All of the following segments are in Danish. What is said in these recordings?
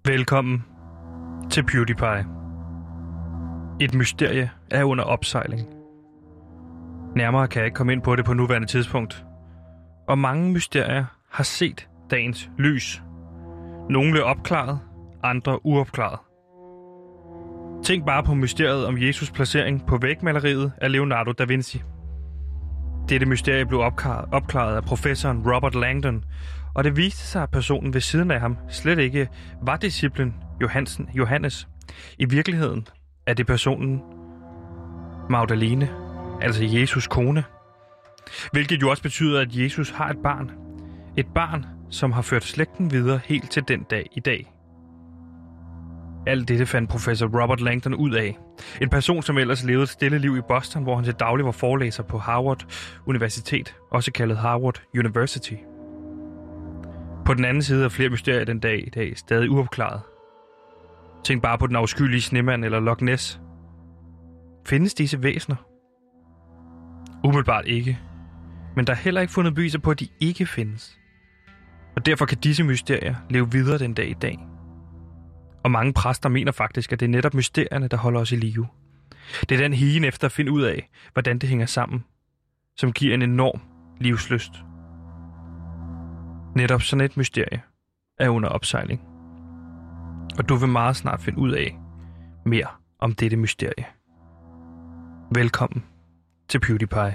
Velkommen til PewDiePie. Et mysterie er under opsejling. Nærmere kan jeg ikke komme ind på det på nuværende tidspunkt. Og mange mysterier har set dagens lys. Nogle er opklaret, andre uopklaret. Tænk bare på mysteriet om Jesus' placering på vægmaleriet af Leonardo da Vinci. Dette mysterie blev opklaret af professoren Robert Langdon, og det viste sig, at personen ved siden af ham slet ikke var disciplen Johannes. I virkeligheden er det personen Magdalene, altså Jesus' kone. Hvilket jo også betyder, at Jesus har et barn. Et barn, som har ført slægten videre helt til den dag i dag. Alt dette fandt professor Robert Langdon ud af. En person, som ellers levede et stille liv i Boston, hvor han til daglig var forelæser på Harvard Universitet, også kaldet Harvard University. På den anden side er flere mysterier den dag i dag stadig uopklaret. Tænk bare på den afskyelige snemand eller Loch Ness. Findes disse væsener? Umiddelbart ikke. Men der er heller ikke fundet beviser på, at de ikke findes. Og derfor kan disse mysterier leve videre den dag i dag. Og mange præster mener faktisk, at det er netop mysterierne, der holder os i live. Det er den higen efter at finde ud af, hvordan det hænger sammen, som giver en enorm livslyst. Netop sådan et mysterie er under opsejling. Og du vil meget snart finde ud af mere om dette mysterie. Velkommen til PewDiePie.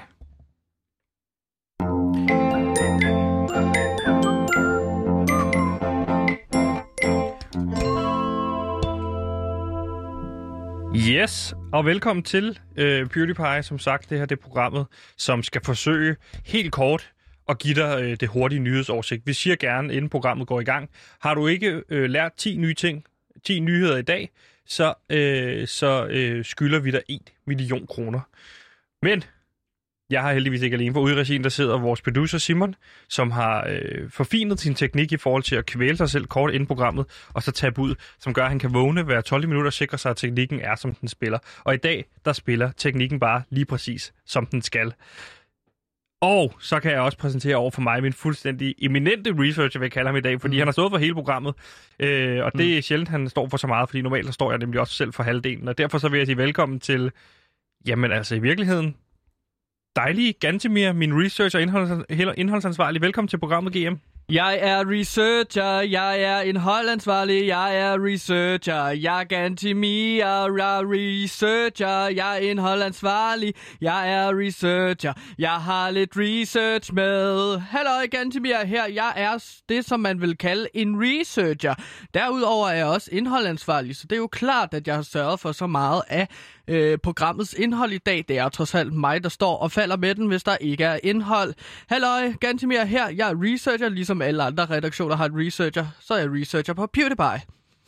Yes, og velkommen til PewDiePie. Som sagt, det her det er programmet, som skal forsøge helt kort at give dig det hurtige nyhedsoversigt. Vi siger gerne, inden programmet går i gang, har du ikke lært 10 nye ting, 10 nyheder i dag, så skylder vi dig 1 million kroner. Men jeg har heldigvis ikke alene, for ude i regien, der sidder vores producer Simon, som har forfinet sin teknik i forhold til at kvæle sig selv kort inden programmet, og så tabe ud, som gør, at han kan vågne hver 12 minutter og sikre sig, at teknikken er, som den spiller. Og i dag, der spiller teknikken bare lige præcis, som den skal. Og så kan jeg også præsentere over for mig min fuldstændig eminente researcher, vil jeg kalde ham i dag, fordi han har stået for hele programmet. Og det er sjældent, han står for så meget, fordi normalt så står jeg nemlig også selv for halvdelen. Og derfor så vil jeg sige velkommen til, jamen altså i virkeligheden, dejlige Gantemir, min researcher og indholdsansvarlig. Velkommen til programmet, GM. Jeg er researcher, jeg er indholdansvarlig, jeg er researcher, jeg er Gantemir, jeg er researcher, jeg er indholdansvarlig, jeg er researcher, jeg har lidt research med. Halløj Gantemir her, jeg er det, som man vil kalde en researcher. Derudover er jeg også indholdansvarlig, så det er jo klart, at jeg har sørget for så meget af programmets indhold i dag. Det er trods alt mig, der står og falder med den, hvis der ikke er indhold. Halløj, Gantemir her. Jeg er researcher, ligesom alle andre redaktioner har en researcher. Så er jeg researcher på PewDiePie.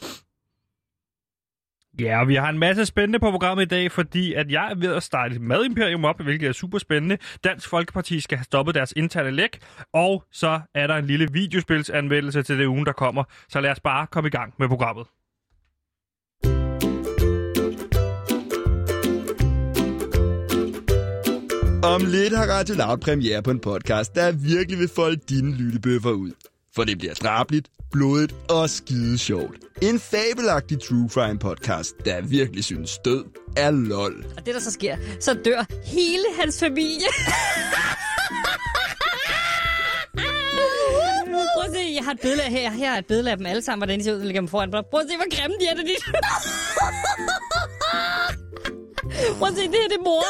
Ja, og vi har en masse spændende på programmet i dag, fordi at jeg er ved at starte et madimperium op, hvilket er super spændende. Dansk Folkeparti skal have stoppet deres interne læk, og så er der en lille videospilsanmeldelse til det ugen, der kommer. Så lad os bare komme i gang med programmet. Om lidt har Radio Loud premiere på en podcast, der virkelig vil folde dine lyttebøffer ud. For det bliver drabligt, blodigt og skide sjovt. En fabelagtig true crime podcast, der virkelig synes død er lol. Og det der så sker, så dør hele hans familie. Prøv at se, jeg har et billede af her. Her er et billede af dem alle sammen, hvordan de ser ud, og lægger dem foran. Prøv at se, hvor grimme de er, det. Prøv at se, det her det er mor.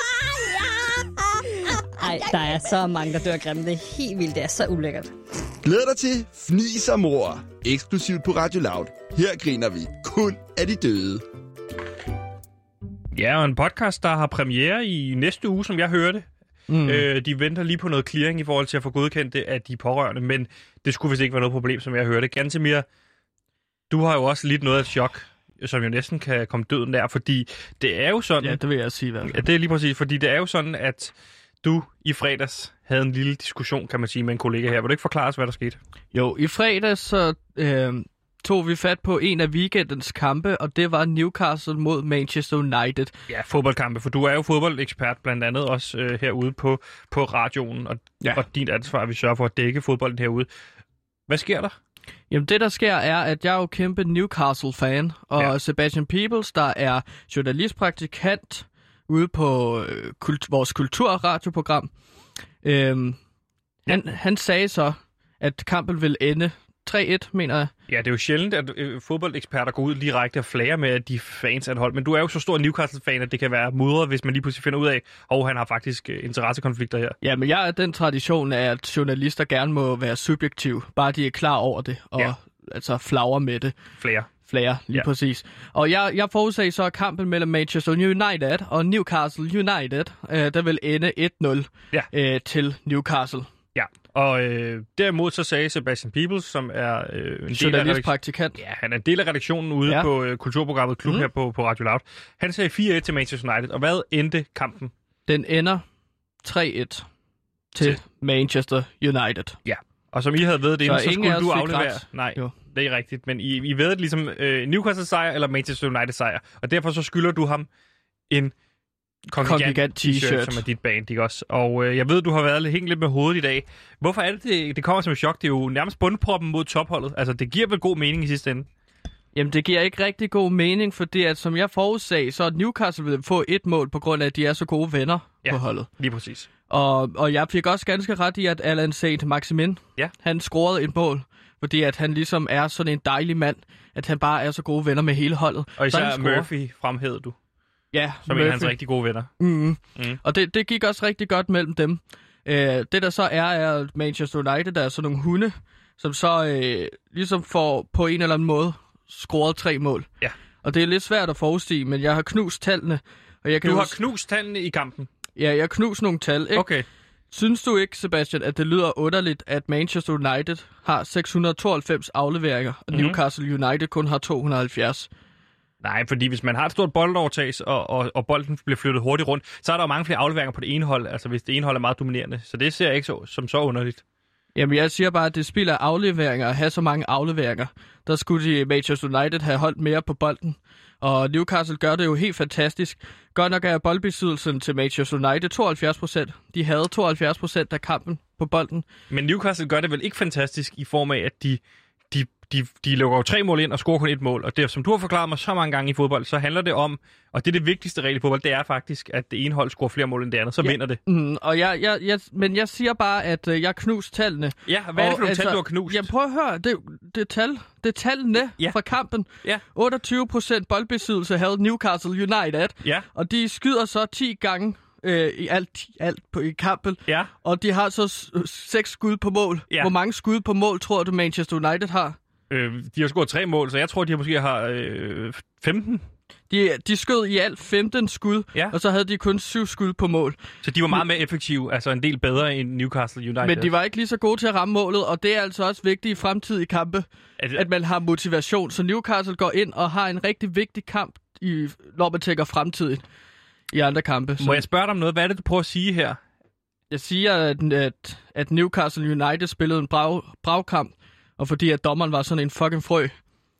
Ej, der er så mange, der dør grimme. Det er helt vildt. Det er så ulækkert. Glæd dig til Fnis og Mor. Eksklusivt på Radio Loud. Her griner vi kun af de døde. Ja, og en podcast, der har premiere i næste uge, som jeg hørte. De venter lige på noget clearing i forhold til at få godkendt det af de pårørende, men det skulle vist ikke være noget problem, som jeg hørte. Gantemir, du har jo også lidt noget af et chok, som jo næsten kan komme døden der, fordi det er jo sådan... Ja, det vil jeg sige. Ja, det er lige præcis, fordi det er jo sådan, at du i fredags havde en lille diskussion, kan man sige, med en kollega her. Vil du ikke forklare os, hvad der skete? Jo, i fredags så tog vi fat på en af weekendens kampe, og det var Newcastle mod Manchester United. Ja, fodboldkampe, for du er jo fodboldekspert blandt andet også herude på radioen, og din ansvar, at vi sørger for at dække fodbolden herude. Hvad sker der? Jamen det, der sker, er, at jeg er jo kæmpe Newcastle-fan, og Sebastian Peebles, der er journalistpraktikant ude på vores kulturradioprogram, han sagde så, at kampen vil ende 3-1, mener jeg. Ja, det er jo sjældent, at fodboldeksperter går ud direkte og flager med, at de er fans af et hold. Men du er jo så stor Newcastle-fan, at det kan være mudret, hvis man lige pludselig finder ud af, han har faktisk interessekonflikter her. Ja, men jeg er den tradition af, at journalister gerne må være subjektive, bare de er klar over det, og altså flagrer med det. Flager, lige præcis. Og jeg forudsagde så kampen mellem Manchester United og Newcastle United, der vil ende 1-0 til Newcastle. Ja, og derimod så sagde Sebastian Peebles, som er en journalistpraktikant. Ja, han er en del af redaktionen ude på kulturprogrammet Klub her på Radio Loud. Han sagde 4-1 til Manchester United, og hvad endte kampen? Den ender 3-1 til Manchester United. Ja, og som I havde ved det, så skulle du aflevere... Nej, jo. Det er rigtigt, men I ved det ligesom Newcastle sejr eller Manchester United sejr, og derfor så skylder du ham en Kongigant t-shirt, som er dit band, ikke også? Og jeg ved, du har været hængt lidt med hovedet i dag. Hvorfor er det kommer som et chok? Det er jo nærmest bundproppen mod topholdet. Altså, det giver vel god mening i sidste ende? Jamen, det giver ikke rigtig god mening, fordi at, som jeg forudsag, så at Newcastle vil få et mål, på grund af, at de er så gode venner på holdet. Lige præcis. Og jeg fik også ganske ret i, at Alan Saint-Maximin, han scorede et mål, fordi at han ligesom er sådan en dejlig mand, at han bare er så gode venner med hele holdet. Og især Murphy fremhævede du. Ja, som en af hans rigtig gode venner. Og det gik også rigtig godt mellem dem. Det der så er at Manchester United, der er sådan nogle hunde, som så ligesom får på en eller anden måde scoret 3 mål. Ja. Og det er lidt svært at forudsige, men jeg har knust tallene. Og jeg kan har knust tallene i kampen? Ja, jeg har knust nogle tal, ikke? Okay. Synes du ikke, Sebastian, at det lyder underligt, at Manchester United har 692 afleveringer, og Newcastle United kun har 270? Nej, fordi hvis man har et stort boldovertag, og bolden bliver flyttet hurtigt rundt, så er der jo mange flere afleveringer på det ene hold, altså hvis det ene hold er meget dominerende. Så det ser jeg ikke som så underligt. Jamen, jeg siger bare, at det spiller afleveringer at have så mange afleveringer. Der skulle de Manchester United have holdt mere på bolden. Og Newcastle gør det jo helt fantastisk. Godt nok er boldbesiddelsen til Manchester United 72%. De havde 72% af kampen på bolden. Men Newcastle gør det vel ikke fantastisk i form af, at de lukker jo 3 mål ind og scorer kun 1 mål. Og det, som du har forklaret mig så mange gange i fodbold, så handler det om, og det er det vigtigste regel i fodbold, det er faktisk, at det ene hold scorer flere mål end det andet, så vinder det. Og men jeg siger bare, at jeg knust tallene. Ja, hvad er det for nogle tal, du har knust? Ja, prøv at høre, det er tallene fra kampen. Ja. 28% boldbesiddelse havde Newcastle United, og de skyder så 10 gange i alt i kampen, og de har så 6 skud på mål. Ja. Hvor mange skud på mål tror du Manchester United har? De har scoret 3 mål, så jeg tror, de måske har 15. De skød i alt 15 skud, og så havde de kun 7 skud på mål. Så de var meget mere effektive, altså en del bedre end Newcastle United. Men de var ikke lige så gode til at ramme målet, og det er altså også vigtigt i fremtidige kampe, at man har motivation. Så Newcastle går ind og har en rigtig vigtig kamp, når man tænker fremtiden i andre kampe. Må jeg spørge dig om noget? Hvad er det, du prøver at sige her? Jeg siger, at Newcastle United spillede en bragkamp, og fordi at dommeren var sådan en fucking frø.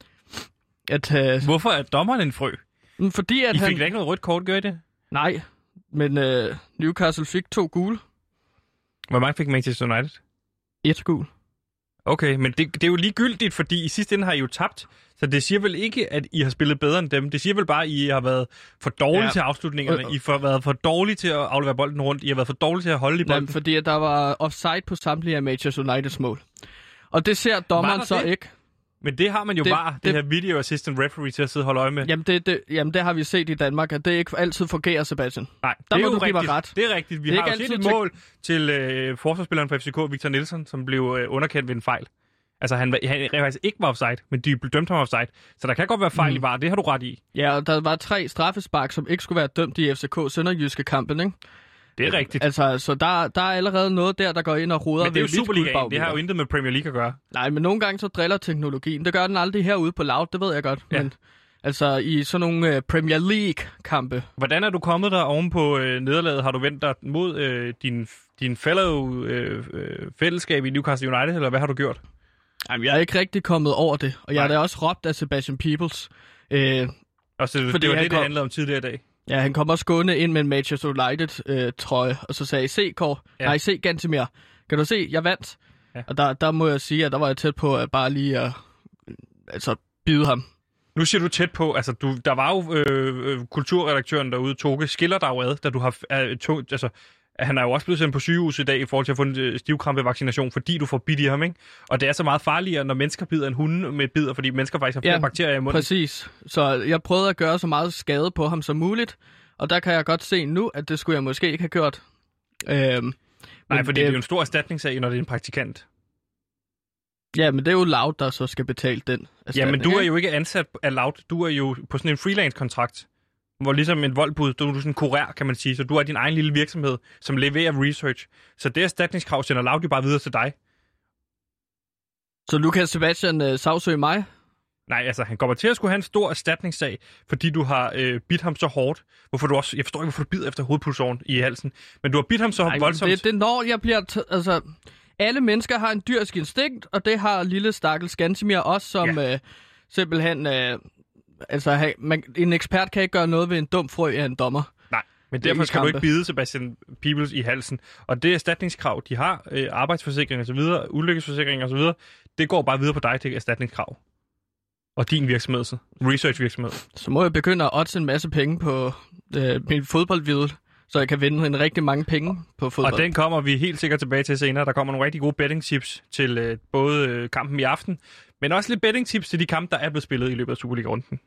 Hvorfor er dommeren en frø? Fordi at I fik da ikke noget rødt kort, gør I det? Nej, men Newcastle fik 2 gule. Hvor mange fik Manchester United? 1 gul. Okay, men det er jo ligegyldigt, fordi i sidste ende har I jo tabt. Så det siger vel ikke, at I har spillet bedre end dem. Det siger vel bare, at I har været for dårlige til afslutningerne. I har været for dårlige til at aflevere bolden rundt. I har været for dårlige til at holde i bolden. Nej, fordi at der var offside på samtlige af Manchester Uniteds mål. Og det ser dommeren så ikke. Men det har man jo det her video assistant referee til at sidde og holde øje med. Jamen det har vi set i Danmark, at det ikke altid fungerer, Sebastian. Nej, der det må er du give mig ret. Det er rigtigt. Vi har jo set et mål til forsvarsspilleren fra FCK, Victor Nielsen, som blev underkendt ved en fejl. Altså han faktisk ikke var offside, men de blev dømt ham offside. Så der kan godt være fejl i VAR, det har du ret i. Ja, og der var 3 straffespark, som ikke skulle være dømt i FCK Sønderjyske kampen, ikke? Det er rigtigt. Altså, så der er allerede noget der går ind og roder ved. Men det er jo Superligaen, det har jo intet med Premier League at gøre. Nej, men nogle gange så driller teknologien. Det gør den aldrig herude på Loud, det ved jeg godt. Ja. Men altså, i sådan nogle Premier League-kampe. Hvordan er du kommet der oven på nederlaget? Har du vendt dig mod din fellow fællesskab i Newcastle United, eller hvad har du gjort? Jamen, jeg er ikke rigtig kommet over det, og jeg har da også råbt af Sebastian Peebles. Og så det var det handlede om tidligere i dag? Ja, han kom også gående ind med en Manchester United-trøje, og så sagde, se Gantemir, kan du se, jeg vandt? Ja. Og der må jeg sige, at der var jeg tæt på at bare lige at bide ham. Nu siger du tæt på, altså der var jo kulturredaktøren derude, Toge, skiller dig jo ad, da du har... han er jo også blevet sendt på sygehus i dag i forhold til at få en stivkrampevaccination, fordi du får bid i ham, ikke? Og det er så meget farligere, når mennesker bider en hunde med bider, fordi mennesker faktisk har flere bakterier i munden. Præcis. Så jeg prøvede at gøre så meget skade på ham som muligt, og der kan jeg godt se nu, at det skulle jeg måske ikke have gjort. Nej, fordi det er jo en stor erstatningssag, når det er en praktikant. Ja, men det er jo Loud, der så skal betale den erstatning. Ja, men du er jo ikke ansat af Loud. Du er jo på sådan en freelance-kontrakt, hvor ligesom en voldbud, du er sådan en kurér, kan man sige. Så du er din egen lille virksomhed, som leverer research. Så det erstatningskrav sender Loud jo bare videre til dig. Så nu kan Sebastian sagsøge mig? Nej, altså han kommer til at skulle have en stor erstatningssag, fordi du har bidt ham så hårdt. Jeg forstår ikke, hvorfor du bider efter hovedpulsåren i halsen. Men du har bidt ham så voldsomt. Det når jeg bliver... alle mennesker har en dyrsk instinkt, og det har lille stakkels Gantemir også, som simpelthen... en ekspert kan ikke gøre noget ved en dum frø af en dommer. Nej, men derfor skal du ikke bide Sebastian Peebles i halsen. Og det erstatningskrav, de har, arbejdsforsikring og så videre, ulykkesforsikring og så videre, det går bare videre på dig til erstatningskrav. Og din virksomhed, så. Research-virksomhed. Så må jeg begynde at oddse en masse penge på min fodboldvide, så jeg kan vinde en rigtig mange penge på fodbold. Og den kommer vi helt sikkert tilbage til senere. Der kommer nogle rigtig gode betting-tips til både kampen i aften, men også lidt betting-tips til de kampe, der er blevet spillet i løbet af Superliga-runden.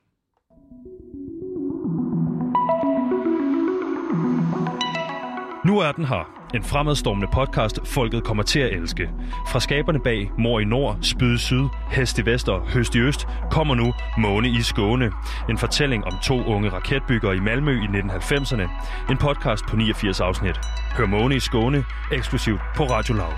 Nu er den her. En fremadstormende podcast, folket kommer til at elske. Fra skaberne bag Mor i Nord, Spyd i Syd, Hest i Vest og Høst i Øst, kommer nu Måne i Skåne. En fortælling om 2 unge raketbyggere i Malmø i 1990'erne. En podcast på 89 afsnit. Hør Måne i Skåne, eksklusivt på Radio Loud.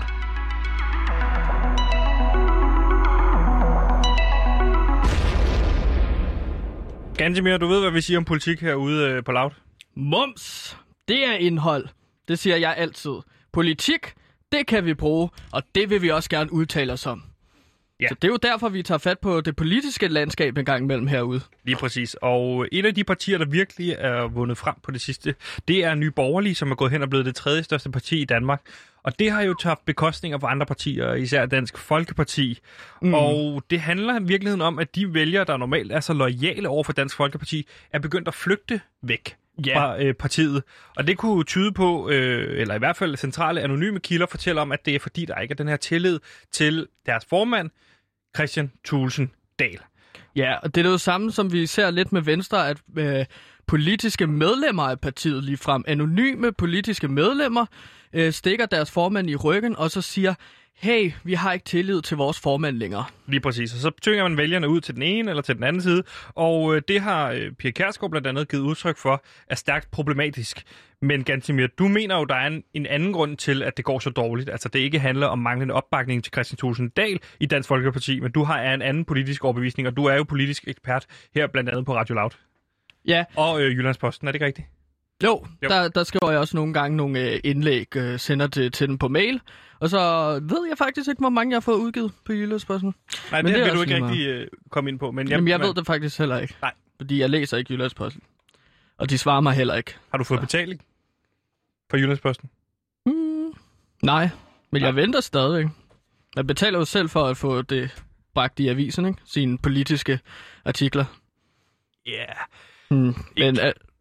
Gantemir, du ved, hvad vi siger om politik herude på Loud? Mums! Det er indhold. Det siger jeg altid. Politik, det kan vi bruge, og det vil vi også gerne udtale os om. Ja. Så det er jo derfor, vi tager fat på det politiske landskab en gang imellem herude. Lige præcis. Og et af de partier, der virkelig er vundet frem på det sidste, det er Nye Borgerlige, som er gået hen og blevet det 3. største parti i Danmark. Og det har jo taget bekostninger for andre partier, især Dansk Folkeparti. Og det handler i virkeligheden om, at de vælgere, der normalt er så loyale over for Dansk Folkeparti, er begyndt at flygte væk fra partiet. Og det kunne tyde på, eller i hvert fald centrale anonyme kilder fortæller om, at det er fordi, der ikke er den her tillid til deres formand, Kristian Thulesen Dahl. Ja, og det er jo samme, som vi ser lidt med Venstre, at politiske medlemmer af partiet, ligefrem anonyme politiske medlemmer, stikker deres formand i ryggen og så siger, hey, vi har ikke tillid til vores formand længere. Lige præcis, og så tvinger man vælgerne ud til den ene eller til den anden side, og det har Pia Kjærsgaard blandt andet givet udtryk for, er stærkt problematisk. Men Gantemir, du mener jo, der er en anden grund til, at det går så dårligt. Altså det ikke handler om manglende opbakning til Kristian Thulesen Dahl i Dansk Folkeparti, men du har en anden politisk overbevisning, og du er jo politisk ekspert her blandt andet på Radio Loud. Ja. Og Jyllandsposten, er det ikke rigtigt? Jo. Der skriver jeg også nogle gange nogle indlæg, sender til dem på mail. Og så ved jeg faktisk ikke, hvor mange jeg har fået udgivet på Jyllandsposten. Nej, det vil du ikke rigtig komme ind på. Men jeg ved det faktisk heller ikke. Nej. Fordi jeg læser ikke Jyllandsposten. Og de svarer mig heller ikke. Har du fået betaling for Jyllandsposten? Nej, men jeg venter stadigvæk. Jeg betaler jo selv for at få det bragt i avisen, ikke? Sine politiske artikler. Ja. Yeah. Men...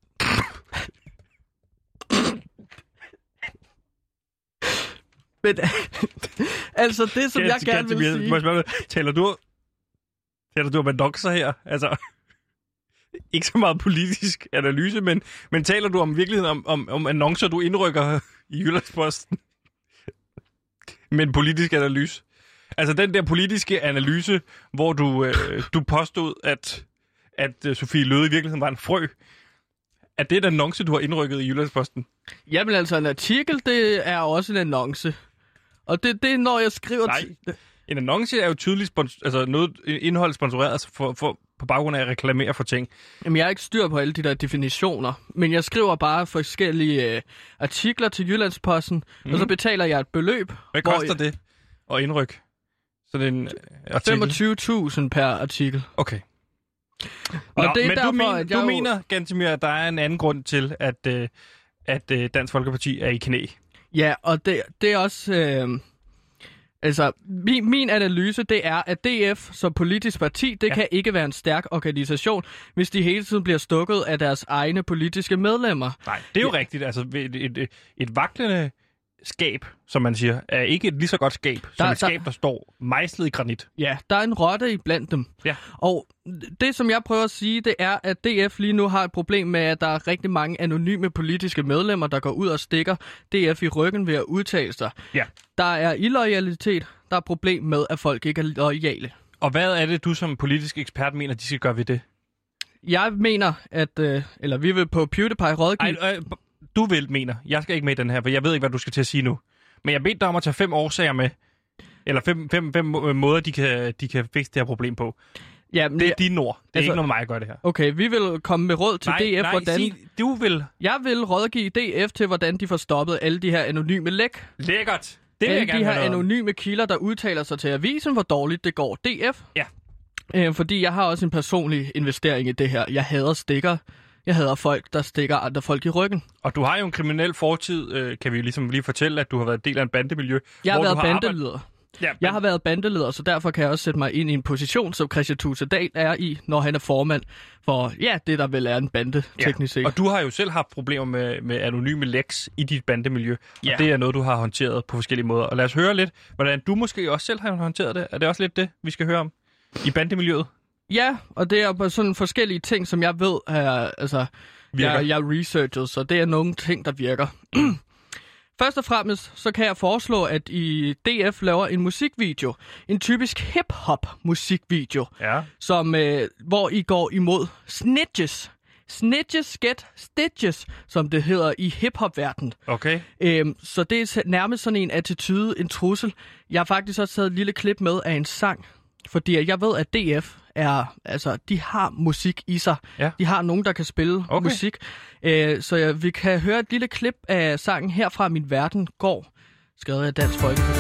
Men altså det, som jeg gerne vil sige... Taler du om annoncer her? Altså, ikke så meget politisk analyse, men taler du om virkeligheden om annoncer, du indrykker i Jyllandsposten? Men politisk analyse. Altså den der politiske analyse, hvor du påstod, at Sofie Løde i virkeligheden var en frø. Er det en annonce, du har indrykket i Jyllandsposten? Jamen altså, en artikel, det er også en annonce. Og det er, når jeg skriver... Nej, en annonce er jo tydeligt noget indhold sponsoreret for på baggrund af at reklamere for ting. Jamen, jeg har ikke styr på alle de der definitioner. Men jeg skriver bare forskellige artikler til Jyllandsposten, og så betaler jeg et beløb. Hvad koster det at indrykke sådan en artikel? 25.000 per artikel. Okay. Men du mener, Gantemir, at der er en anden grund til, at Dansk Folkeparti er i knæ? Ja, og det er også... Altså, min analyse, det er, at DF som politisk parti, det kan ikke være en stærk organisation, hvis de hele tiden bliver stukket af deres egne politiske medlemmer. Nej, det er jo rigtigt. Altså, et vaklende skab, som man siger, er ikke et lige så godt skab, som et skab, der står mejslet i granit. Ja, der er en rotte iblandt dem. Ja. Og det, som jeg prøver at sige, det er, at DF lige nu har et problem med, at der er rigtig mange anonyme politiske medlemmer, der går ud og stikker DF i ryggen ved at udtale sig. Ja. Der er illoyalitet, der er problem med, at folk ikke er loyale. Og hvad er det, du som politisk ekspert mener, de skal gøre ved det? Jeg mener, at vi vil på PewDiePie rådgive... Du mener. Jeg skal ikke med i den her, for jeg ved ikke, hvad du skal til at sige nu. Men jeg beder dig om at tage 5 årsager med. Eller 5 måder, de kan fikse det her problem på. Ja, det er dine ord. Det er ikke noget med mig at gøre det her. Okay, vi vil komme med råd til DF, hvordan... Sig, du vil. Jeg vil rådgive DF til, hvordan de får stoppet alle de her anonyme læk. Lækkert. Det vil alle jeg gerne de her have anonyme kilder, der udtaler sig til avisen, hvor dårligt det går. DF. Ja. Fordi jeg har også en personlig investering i det her. Jeg hader stikker. Jeg hader folk, der stikker andre folk i ryggen. Og du har jo en kriminel fortid, kan vi ligesom lige fortælle, at du har været del af en bandemiljø. Jeg har været bandeleder. Jeg har været bandeleder, så derfor kan jeg også sætte mig ind i en position, som Christian Thulesen Dahl er i, når han er formand for, det der vel er en bande, teknisk set. Og du har jo selv haft problemer med anonyme læks i dit bandemiljø, og det er noget, du har håndteret på forskellige måder. Og lad os høre lidt, hvordan du måske også selv har håndteret det. Er det også lidt det, vi skal høre om i bandemiljøet? Ja, og det er sådan forskellige ting, som jeg ved, jeg researchet, så det er nogle ting, der virker. Først og fremmest, så kan jeg foreslå, at i DF laver en musikvideo. En typisk hip-hop musikvideo, som, hvor I går imod snitches. Snitches get stitches, som det hedder i hip-hop-verdenen. Okay. Så det er nærmest sådan en attitude, en trussel. Jeg har faktisk også taget et lille klip med af en sang, fordi jeg ved, at DF de har musik i sig. Ja. De har nogen, der kan spille musik. Så vi kan høre et lille klip af sangen Herfra min verden går, skrevet af Dansk Folkeparti.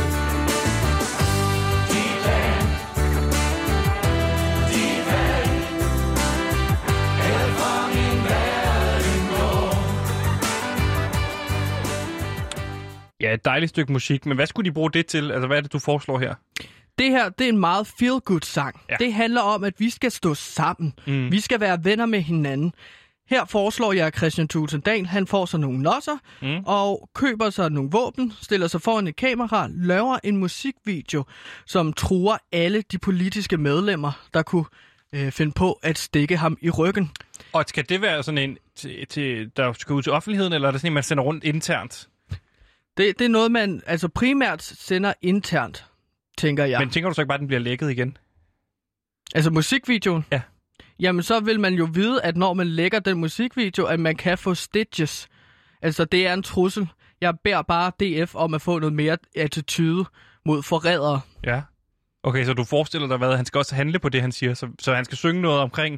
Ja, et dejligt stykke musik, men hvad skulle de bruge det til? Altså, hvad er det, du foreslår her? Det her, det er en meget feel-good-sang. Ja. Det handler om, at vi skal stå sammen. Vi skal være venner med hinanden. Her foreslår jeg, at Christian Thulesen Dahl, han får sig nogle nosser, og køber sig nogle våben, stiller sig foran et kamera, laver en musikvideo, som truer alle de politiske medlemmer, der kunne finde på at stikke ham i ryggen. Og skal det være sådan en, der skal ud til offentligheden, eller er det sådan en, man sender rundt internt? Det er noget, man primært sender internt, tænker jeg. Men tænker du så ikke bare, at den bliver lækket igen? Altså musikvideoen? Ja. Jamen, så vil man jo vide, at når man lægger den musikvideo, at man kan få stitches. Altså, det er en trussel. Jeg beder bare DF om at få noget mere attitude mod forrædere. Ja. Okay, så du forestiller dig, hvad? Han skal også handle på det, han siger. Så han skal synge noget omkring,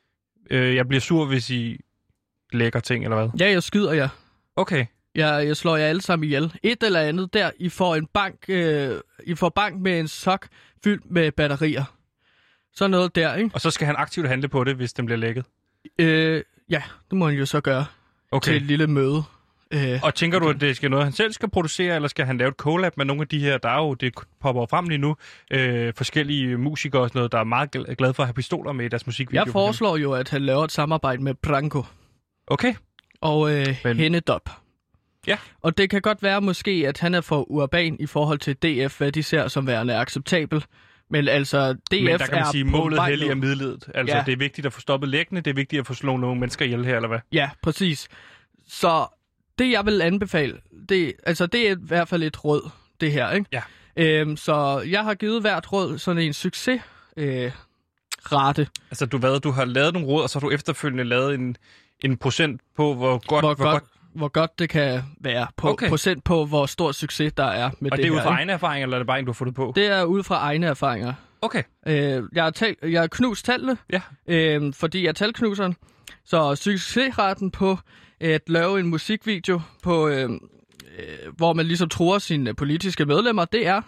jeg bliver sur, hvis I lægger ting, eller hvad? Ja, jeg skyder jer. Okay. Jeg slår jer alle sammen ihjel. Et eller andet der, I får en bank, I får bank med en sok fyldt med batterier. Så noget der, ikke? Og så skal han aktivt handle på det, hvis den bliver lækket? Ja, det må han jo så gøre til et lille møde. Og tænker du, at det skal noget, han selv skal producere, eller skal han lave et collab med nogle af de her, der er jo, det popper frem lige nu, forskellige musikere og sådan noget, der er meget glade for at have pistoler med i deres musikvideo? Jeg foreslår jo, at han laver et samarbejde med Branko. Okay. Og Hennedop. Ja. Og det kan godt være måske, at han er for urban i forhold til DF, hvad de ser som værende acceptabel. Men altså, DF men der kan man sige, målet helliger med midlet. Altså, det er vigtigt at få stoppet læggene, det er vigtigt at få slået nogle mennesker ihjel her, eller hvad? Ja, præcis. Så det, jeg vil anbefale, det er i hvert fald et råd, det her, ikke? Ja. Så jeg har givet hvert råd sådan en succes rate. Altså, du har lavet nogle råd, og så har du efterfølgende lavet en procent på, hvor godt det kan være. Procent på, hvor stor succes der er med det her. Og det er ud fra egne erfaringer, eller er det bare en, du har fundet på? Det er ud fra egne erfaringer. Okay. Jeg har knust tallene, fordi jeg er talknuseren. Så succesraten på at lave en musikvideo, på, hvor man ligesom truer sine politiske medlemmer, det er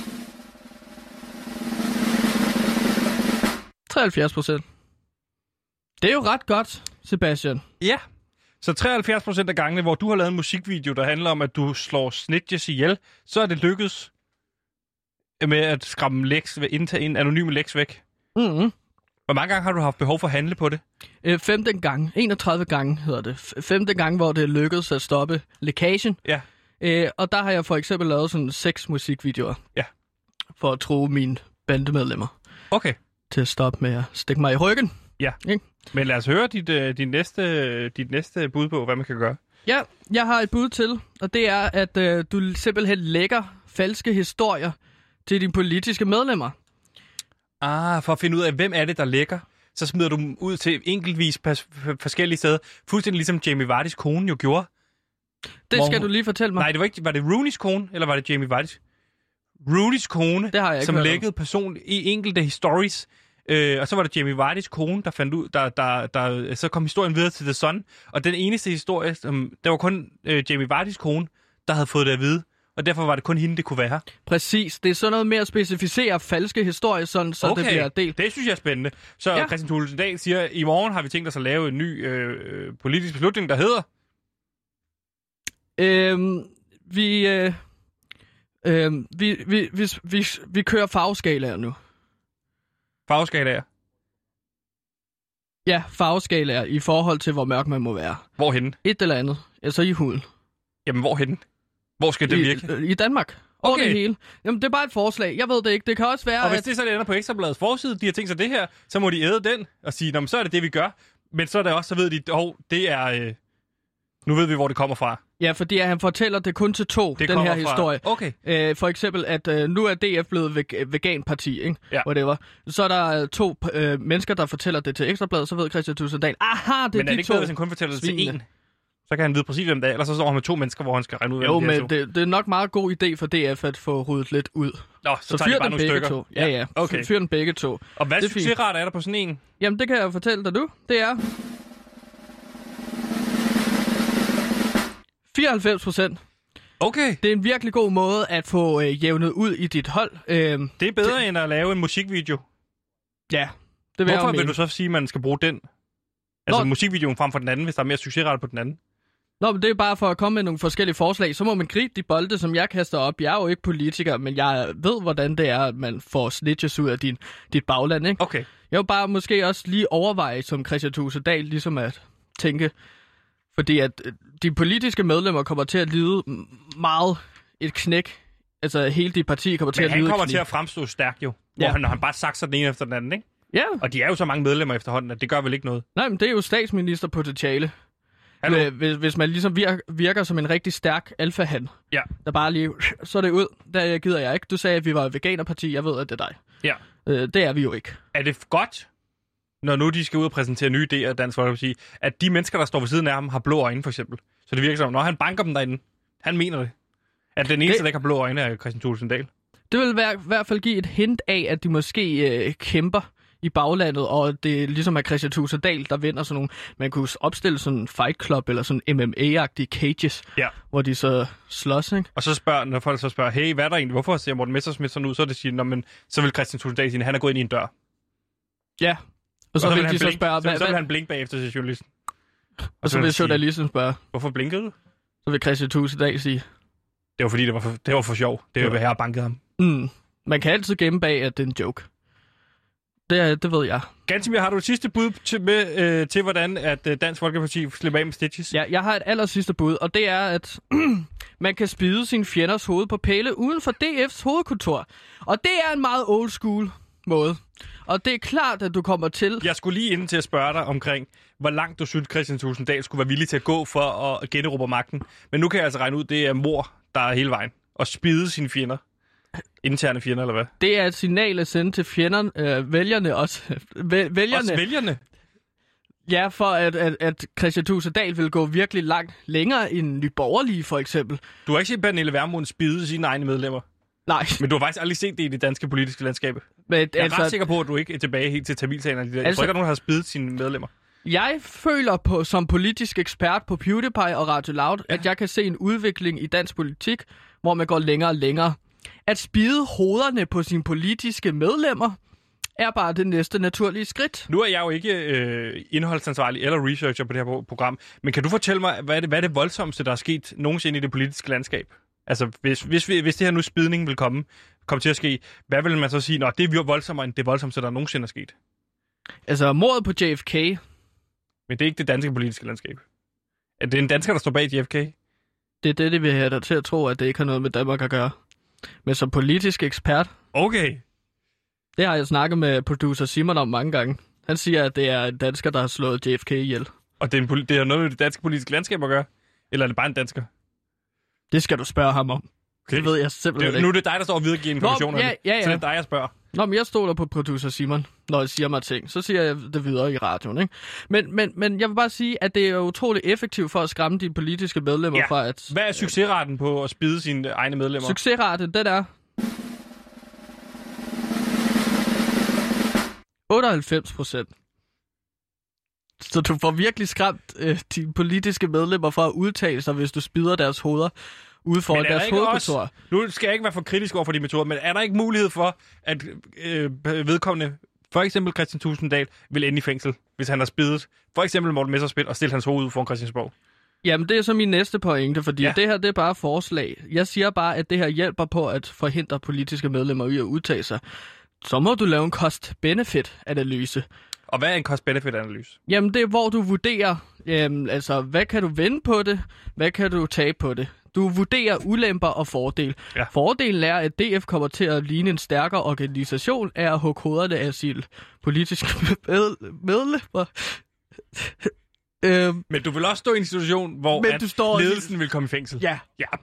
73%. Det er jo ret godt, Sebastian. Ja. Så 73% af gangene, hvor du har lavet en musikvideo, der handler om, at du slår snitches ihjel, så er det lykkedes med at skræmme indtage en anonym læks væk. Mm-hmm. Hvor mange gange har du haft behov for at handle på det? 15 gange. 31 gange hedder det. 15 gange, hvor det lykkedes at stoppe lækagen. Ja. Og der har jeg for eksempel lavet sådan 6 musikvideoer. Ja. For at true mine bandemedlemmer. Okay. Til at stoppe med at stikke mig i ryggen. Ja. Ikke? Men lad os høre dit næste bud på, hvad man kan gøre. Ja, jeg har et bud til, og det er, at du simpelthen lægger falske historier til dine politiske medlemmer. For at finde ud af, hvem er det, der lækker, så smider du dem ud til enkeltvis forskellige steder. Fuldstændig ligesom Jamie Vardys kone jo gjorde. Det skal du lige fortælle mig. Nej, det var ikke. Var det Rooneys kone, eller var det Jamie Vardys? Rooneys kone, det har jeg ikke som hørt lækkede person i enkelte stories. Og så var det Jamie Vardys kone, der fandt ud, der så kom historien videre til The Sun. Og den eneste historie, der var kun Jamie Vardys kone, der havde fået det at vide. Og derfor var det kun hende, det kunne være. Præcis. Det er sådan noget med at specificere falske historier, sådan, så okay. Det bliver delt. Det synes jeg er spændende. Så ja. Kristian Thulesen Dahl siger, i morgen har vi tænkt os at lave en ny politisk beslutning, der hedder... Vi kører farveskalaer nu. Farveskalaer? Ja, farveskalaer i forhold til, hvor mørk man må være. Hvorhenne? Et eller andet. Altså i huden. Jamen, hvorhenne? Hvor skal det virke? I Danmark. Over det hele. Jamen, det er bare et forslag. Jeg ved det ikke. Det kan også være, og hvis det så ender på Ekstrabladets forside, de har tænkt sig det her, så må de æde den og sige, så er det det, vi gør. Men så er det også, så ved de, det er... nu ved vi, hvor det kommer fra. Ja, fordi han fortæller det kun til 2, den her historie. Okay. For eksempel, at nu er DF blevet veganparti, ikke? Ja. Whatever. Så er der 2 mennesker, der fortæller det til Ekstrabladet, så ved Kristian Thulesen Dahl, aha, det er de 2. Men er det ikke noget, hvis han kun fortæller det til 1? Så kan han vide præcis, hvem det er, eller så står han med 2 mennesker, hvor han skal regne ud, jo, men det er nok meget god idé for DF at få ryddet lidt ud. Nå, så tager de bare nogle stykker. 2. Ja. Okay. Fyr den begge 2. Og hvad succesrate er der på sådan en? Jamen, det kan jeg fortælle dig nu. Det er 94%. Okay. Det er en virkelig god måde at få jævnet ud i dit hold. Det er bedre end at lave en musikvideo. Ja, det vil Hvorfor vil du så sige, at man skal bruge den? Altså musikvideoen frem for den anden, hvis der er mere succesrate på den anden? Nå, men det er bare for at komme med nogle forskellige forslag. Så må man gribe de bolde, som jeg kaster op. Jeg er jo ikke politiker, men jeg ved, hvordan det er, at man får snitches ud af dit bagland, ikke? Okay. Jeg vil bare måske også lige overveje, som Kristian Thulesen Dahl, ligesom at tænke... Fordi at de politiske medlemmer kommer til at lide meget et knæk. Altså hele dit parti kommer til at lide et knæk. Men han kommer til at fremstå stærk jo. Når han bare sakser den ene efter den anden, ikke? Ja. Og de er jo så mange medlemmer efterhånden, at det gør vel ikke noget. Nej, men det er jo statsministerpotentiale. Hvis man ligesom virker som en rigtig stærk alfahan. Ja. Der bare lige, så er det ud. Der gider jeg ikke. Du sagde, at vi var et veganerparti. Jeg ved, at det er dig. Ja. Det er vi jo ikke. Er det godt, når nu de skal ud og præsentere nye idéer, Dansk Folkeparti, at de mennesker, der står ved siden af ham, har blå øjne, for eksempel? Så det virker som, når han banker dem derinde, han mener det. At den eneste, der ikke har blå øjne, er Kristian Thulesen Dahl. Det vil i hvert fald give et hint af, at de måske kæmper i baglandet, og det er ligesom at Kristian Thulesen Dahl, der vinder sådan nogle... Man kunne opstille sådan en fight club, eller sådan MMA-agtige cages, hvor de så slås, ikke? Og så når folk så spørger, hey, hvad er der egentlig? Hvorfor ser Morten Messerschmidt sådan ud? Så er det siger, men så vil Kristian Thulesen Dahl sige, at han er gået ind i en dør. Ja. Og så vil de så spørge... Så vil han blinke bagefter til journalisten. Og så vil journalisten spørge... Hvorfor blinkede du? Så vil Kristian Thulesen Dahl sige... Det var fordi, det var for sjov. Det var, hvad her bankede ham. Man kan altid gemme bag, at det er en joke. Det ved jeg. Gantemir, har du et sidste bud til hvordan at Dansk Folkeparti slipper af med stitches? Ja, jeg har et allersidste bud, og det er, at man kan spide sine fjenders hoved på pæle uden for DF's hovedkontor. Og det er en meget old school måde. Og det er klart, at du kommer til... Jeg skulle lige inden til at spørge dig omkring, hvor langt du synes, Kristian Thulesen Dahl skulle være villig til at gå for at generobre magten. Men nu kan jeg altså regne ud, det er mor, der er hele vejen. Og spide sine fjender. Interne fjender, eller hvad? Det er et signal at sende til fjenderne, vælgerne også. Vælgerne? Også vælgerne? Ja, for at Kristian Thulesen Dahl vil gå virkelig langt længere end Nye Borgerlige, for eksempel. Du har ikke set Pernille Vermund spide sine egne medlemmer? Nej. Men du har faktisk aldrig set det i det danske politiske landskab. Men, jeg er ret sikker på, at du ikke er tilbage helt til Tamilsagen. Jeg tror ikke, at nogen har spidet sine medlemmer. Jeg føler som politisk ekspert på PewDiePie og Radio Loud, at jeg kan se en udvikling i dansk politik, hvor man går længere og længere. At spide hovederne på sine politiske medlemmer er bare det næste naturlige skridt. Nu er jeg jo ikke indholdsansvarlig eller researcher på det her program, men kan du fortælle mig, hvad er det voldsomste, der er sket nogensinde i det politiske landskab? Altså, hvis det her nu spidning vil komme komme til at ske, hvad vil man så sige? Nå, det er voldsommere end det voldsomste, der nogensinde er sket. Altså, mordet på JFK. Men det er ikke det danske politiske landskab. Er det en dansker, der står bag JFK? Det er det, vi har dig til at tro, at det ikke har noget med Danmark at gøre. Men som politisk ekspert, Okay. det har jeg snakket med producer Simon om mange gange. Han siger, at det er en dansker, der har slået JFK ihjel. Og det har noget med det danske politiske landskab at gøre? Eller er det bare en dansker? Det skal du spørge ham om. Okay. Det ved jeg simpelthen ikke. Nu er det dig, der står og videregiver informationer. Ja. Så det er dig, jeg spørger. Nå, men jeg stoler på producer Simon, når jeg siger mig ting. Så siger jeg det videre i radioen, ikke? Men jeg vil bare sige, at det er utroligt effektivt for at skræmme de politiske medlemmer fra at... Hvad er succesraten på at spide sine egne medlemmer? Succesraten, den er 98%. Så du får virkelig skræmt de politiske medlemmer fra at udtale sig, hvis du spider deres hoveder ude foran deres hovedkontor. Nu skal jeg ikke være for kritisk over for de metoder, men er der ikke mulighed for, at vedkommende, for eksempel Kristian Thulesen Dahl, vil ende i fængsel, hvis han har spidet for eksempel Morten Messerschmidt og stillet hans hoved ud foran Christiansborg? Jamen, det er så min næste pointe, fordi det her, det er bare forslag. Jeg siger bare, at det her hjælper på at forhindre politiske medlemmer i at udtale sig. Så må du lave en cost-benefit-analyse. Og hvad er en cost-benefit-analyse? Jamen, det er, hvor du vurderer, altså, hvad kan du vinde på det, hvad kan du tabe på det. Du vurderer ulemper og fordele. Ja. Fordelen er, at DF kommer til at ligne en stærkere organisation af at hugge hovederne af sine politiske medlemmer. Men du vil også stå i en situation, hvor ledelsen vil komme i fængsel. Ja.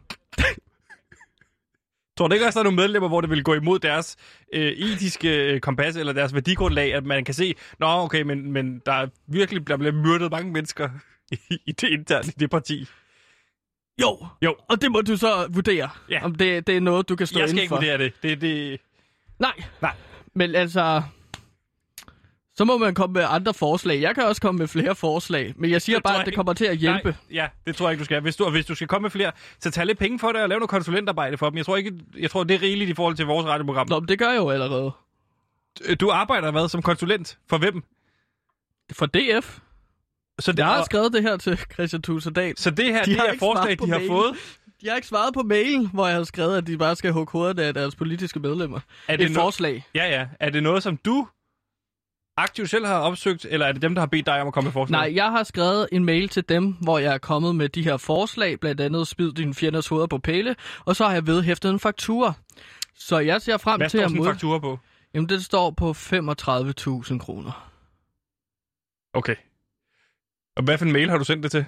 Tror du ikke også, der er nogle medlemmer, hvor det vil gå imod deres etiske kompas eller deres værdigrundlag, at man kan se, men der bliver myrdet mange mennesker i det interne i det parti? Jo, og det må du så vurdere, om det er noget, du kan stå indenfor. Jeg skal ikke vurdere det. Nej, men altså... Så må man komme med andre forslag. Jeg kan også komme med flere forslag, men jeg siger bare, at det kommer til at hjælpe. Nej, det tror jeg ikke, du skal. Hvis du skal komme med flere, så tag lidt penge for det og lave noget konsulentarbejde for dem. Jeg tror det er rigeligt i forhold til vores radioprogram. Nå, men det gør jeg jo allerede. Du arbejder hvad som konsulent? For hvem? For DF. Så jeg har skrevet det her til Kristian Thulesen Dahl. Så det her, det er forslag, de har fået? De har ikke svaret på mailen, hvor jeg har skrevet, at de bare skal hugge hovedet af deres politiske medlemmer. Er det et forslag? Ja. Er det noget, som du aktivt selv har opsøgt, eller er det dem, der har bedt dig om at komme med forslag? Nej, jeg har skrevet en mail til dem, hvor jeg er kommet med de her forslag, blandt andet spid dine fjenders hoveder på pæle, og så har jeg vedhæftet en faktura. Så jeg ser frem til at Hvad står sådan en faktura på? Jamen, det står på 35.000 kroner. Okay. Og hvad for en mail har du sendt det til?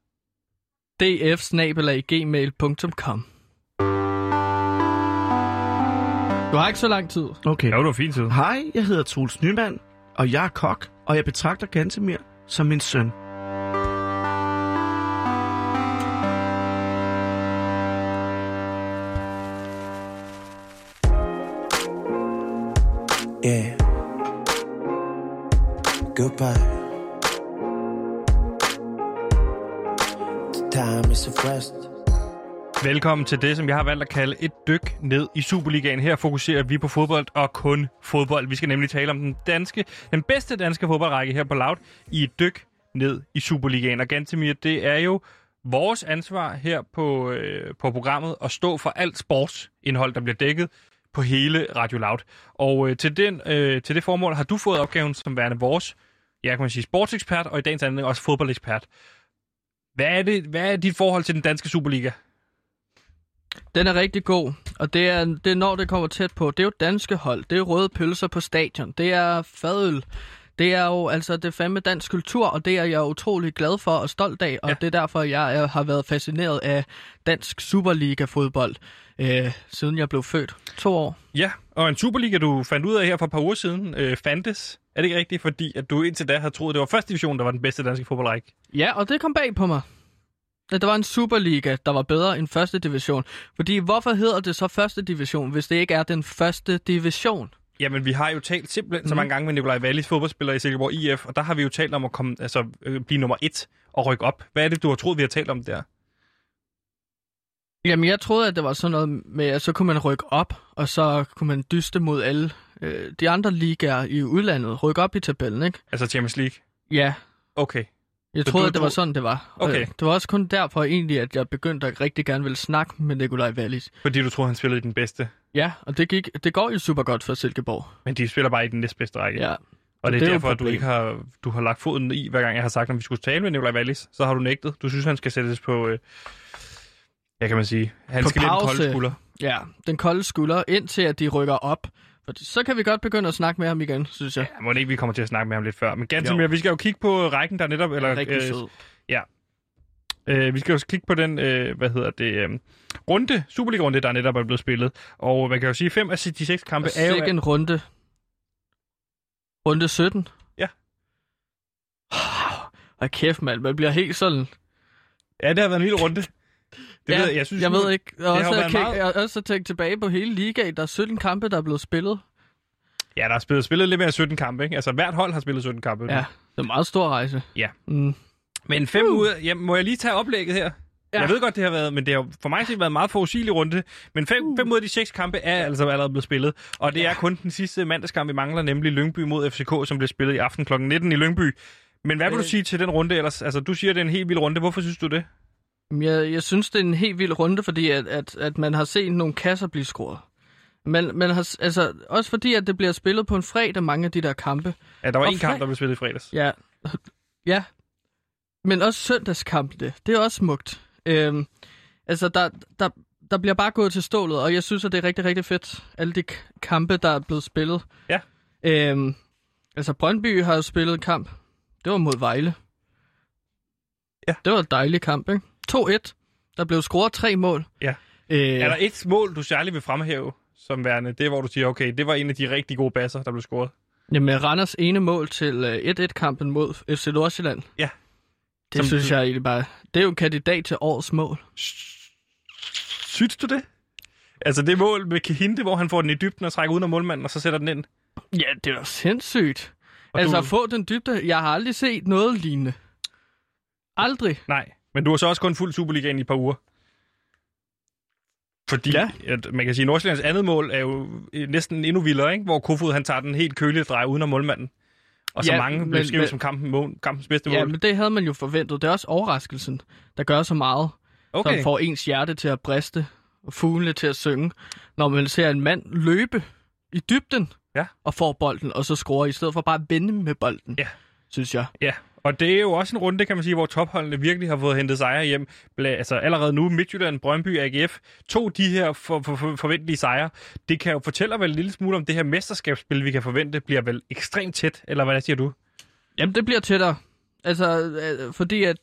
df@gmail.com. Du har ikke så lang tid. Okay. Ja, du har fin tid. Hej, jeg hedder Troels Nyman, og jeg er kok, og jeg betragter Gantemir som min søn. Yeah. Goodbye. The time is of rest. Velkommen til det, som jeg har valgt at kalde et dyk ned i Superligaen. Her fokuserer vi på fodbold og kun fodbold. Vi skal nemlig tale om den bedste danske fodboldrække her på Loud i et dyk ned i Superligaen. Og Gantemir, det er jo vores ansvar her på programmet at stå for alt sportsindhold, der bliver dækket på hele Radio Loud. Og til det formål har du fået opgaven som værende vores, kan man sige, sportsekspert, og i dagens anledning også fodboldekspert. Hvad er dit forhold til den danske Superliga? Den er rigtig god, og det er når det kommer tæt på. Det er jo danske hold, det er røde pølser på stadion, det er fadøl. Det er jo altså det fandme dansk kultur, og det er jeg utrolig glad for og stolt af, og det er derfor, jeg har været fascineret af dansk Superliga-fodbold, siden jeg blev født. 2 år. Ja, og en Superliga, du fandt ud af her for et par uger siden, fandtes. Er det ikke rigtigt, fordi at du indtil da havde troet, det var første division, der var den bedste danske fodboldrække? Ja, og det kom bag på mig. Der var en Superliga, der var bedre end første division. Fordi hvorfor hedder det så første division, hvis det ikke er den første division? Jamen, vi har jo talt simpelthen så mange gange med Nikolaj Wallis, fodboldspiller i Silkeborg IF, og der har vi jo talt om at blive nummer 1 og rykke op. Hvad er det, du har troet, vi har talt om der? Jamen, jeg troede, at det var sådan noget med, at så kunne man rykke op, og så kunne man dyste mod alle de andre ligaer i udlandet. Rykke op i tabellen, ikke? Altså Champions League? Ja. Okay. Jeg troede, at det var sådan, det var. Okay. Det var også kun derfor egentlig, at jeg begyndte at rigtig gerne ville snakke med Nikolaj Wallis. Fordi du troede, han spillede i den bedste Ja, og det går jo super godt for Silkeborg. Men de spiller bare i den næstbedste række. Ja. Og det det er er jo derfor, et at du problem. ikke har lagt foden i, hver gang jeg har sagt, at vi skulle tale med Nikolaj Wallis, så har du nægtet. Du synes, han skal sættes på, kan man sige, han På skal lidt pause. kolde skulder. Ja, den kolde skulder, indtil at de rykker op. For så kan vi godt begynde at snakke med ham igen, synes jeg. Ja, må ikke, vi kommer til at snakke med ham lidt før. Men Gantemir, vi skal jo kigge på rækken, der netop... Eller, Rigtig sød. vi skal jo kigge på den, runde, Superliga-runde, der netop er blevet spillet. Og man kan jo sige, 5 af de 6 kampe er jo... Sikke en runde. Runde 17. Ja. Og kæft, mand. Man bliver helt sådan... Ja, det har været en vild runde. Jeg ved ikke. Jeg har jo været har også tænkt tilbage på hele ligaen. Der er 17 kampe, der er blevet spillet. Ja, der er spillet lidt mere end 17 kampe, ikke? Altså, hvert hold har spillet 17 kampe. Ja, det er en meget stor rejse. Ja. Mm. Men 5 ud... Ja, må jeg lige tage oplægget her? Ja. Jeg ved godt, det har været... Men det har for mig været en meget forudsigelig runde. Men 5 ud af de 6 kampe er altså allerede blevet spillet. Og det er kun den sidste mandagskamp, vi mangler, nemlig Lyngby mod FCK, som bliver spillet i aften kl. 19 i Lyngby. Men hvad vil du sige til den runde ellers? Altså, du siger, det er en helt vild runde. Hvorfor synes du det? Jeg synes, det er en helt vild runde, fordi at man har set nogle kasser blive scoret. Man har, altså, også fordi, at det bliver spillet på en fredag, mange af de der kampe. Ja, der var Og en kamp, der blev spillet i fredags. Ja, ja. Men også søndagskampene, det er også smukt. Altså, der bliver bare gået til stålet, og jeg synes, at det er rigtig, rigtig fedt. Alle de kampe, der er blevet spillet. Ja. Altså, Brøndby har jo spillet en kamp. Det var mod Vejle. Ja. Det var en dejlig kamp, ikke? 2-1. Der blev scoret 3 mål. Ja. Er der et mål, du særligt vil fremhæve som værende? Det er, hvor du siger, okay, det var en af de rigtig gode basser, der blev scoret. Jamen, Randers ene mål til 1-1-kampen mod FC Nordsjælland. Ja. Det synes jeg egentlig bare... Det er jo en kandidat til årets mål. Synes du det? Altså det mål med Kahinde, hvor han får den i dybden og trækker uden af målmanden, og så sætter den ind. Ja, det er sindssygt. Og Altså du... at få den dybde... Jeg har aldrig set noget lignende. Aldrig. Nej, men du har så også kun fuldt Superligaen i et par uger. Fordi at man kan sige, at Nordsjællands andet mål er jo næsten endnu vildere, ikke? Hvor Kofod han tager den helt kølige drej uden af målmanden. Og så mange blev skrevet som kampens bedste mål. Ja, men det havde man jo forventet. Det er også overraskelsen, der gør så meget. Okay. Som får ens hjerte til at briste og fuglene til at synge. Når man ser en mand løbe i dybden og får bolden, og så scorer i stedet for bare at vende med bolden, synes jeg. Ja, og det er jo også en runde, kan man sige, hvor topholdene virkelig har fået hentet sejre hjem. Altså allerede nu, Midtjylland, Brøndby, AGF, de her forventelige sejre. Det kan jo fortælle vel en lille smule om det her mesterskabsspil, vi kan forvente, bliver vel ekstremt tæt, eller hvad siger du? Jamen, det bliver tættere. Altså, fordi at...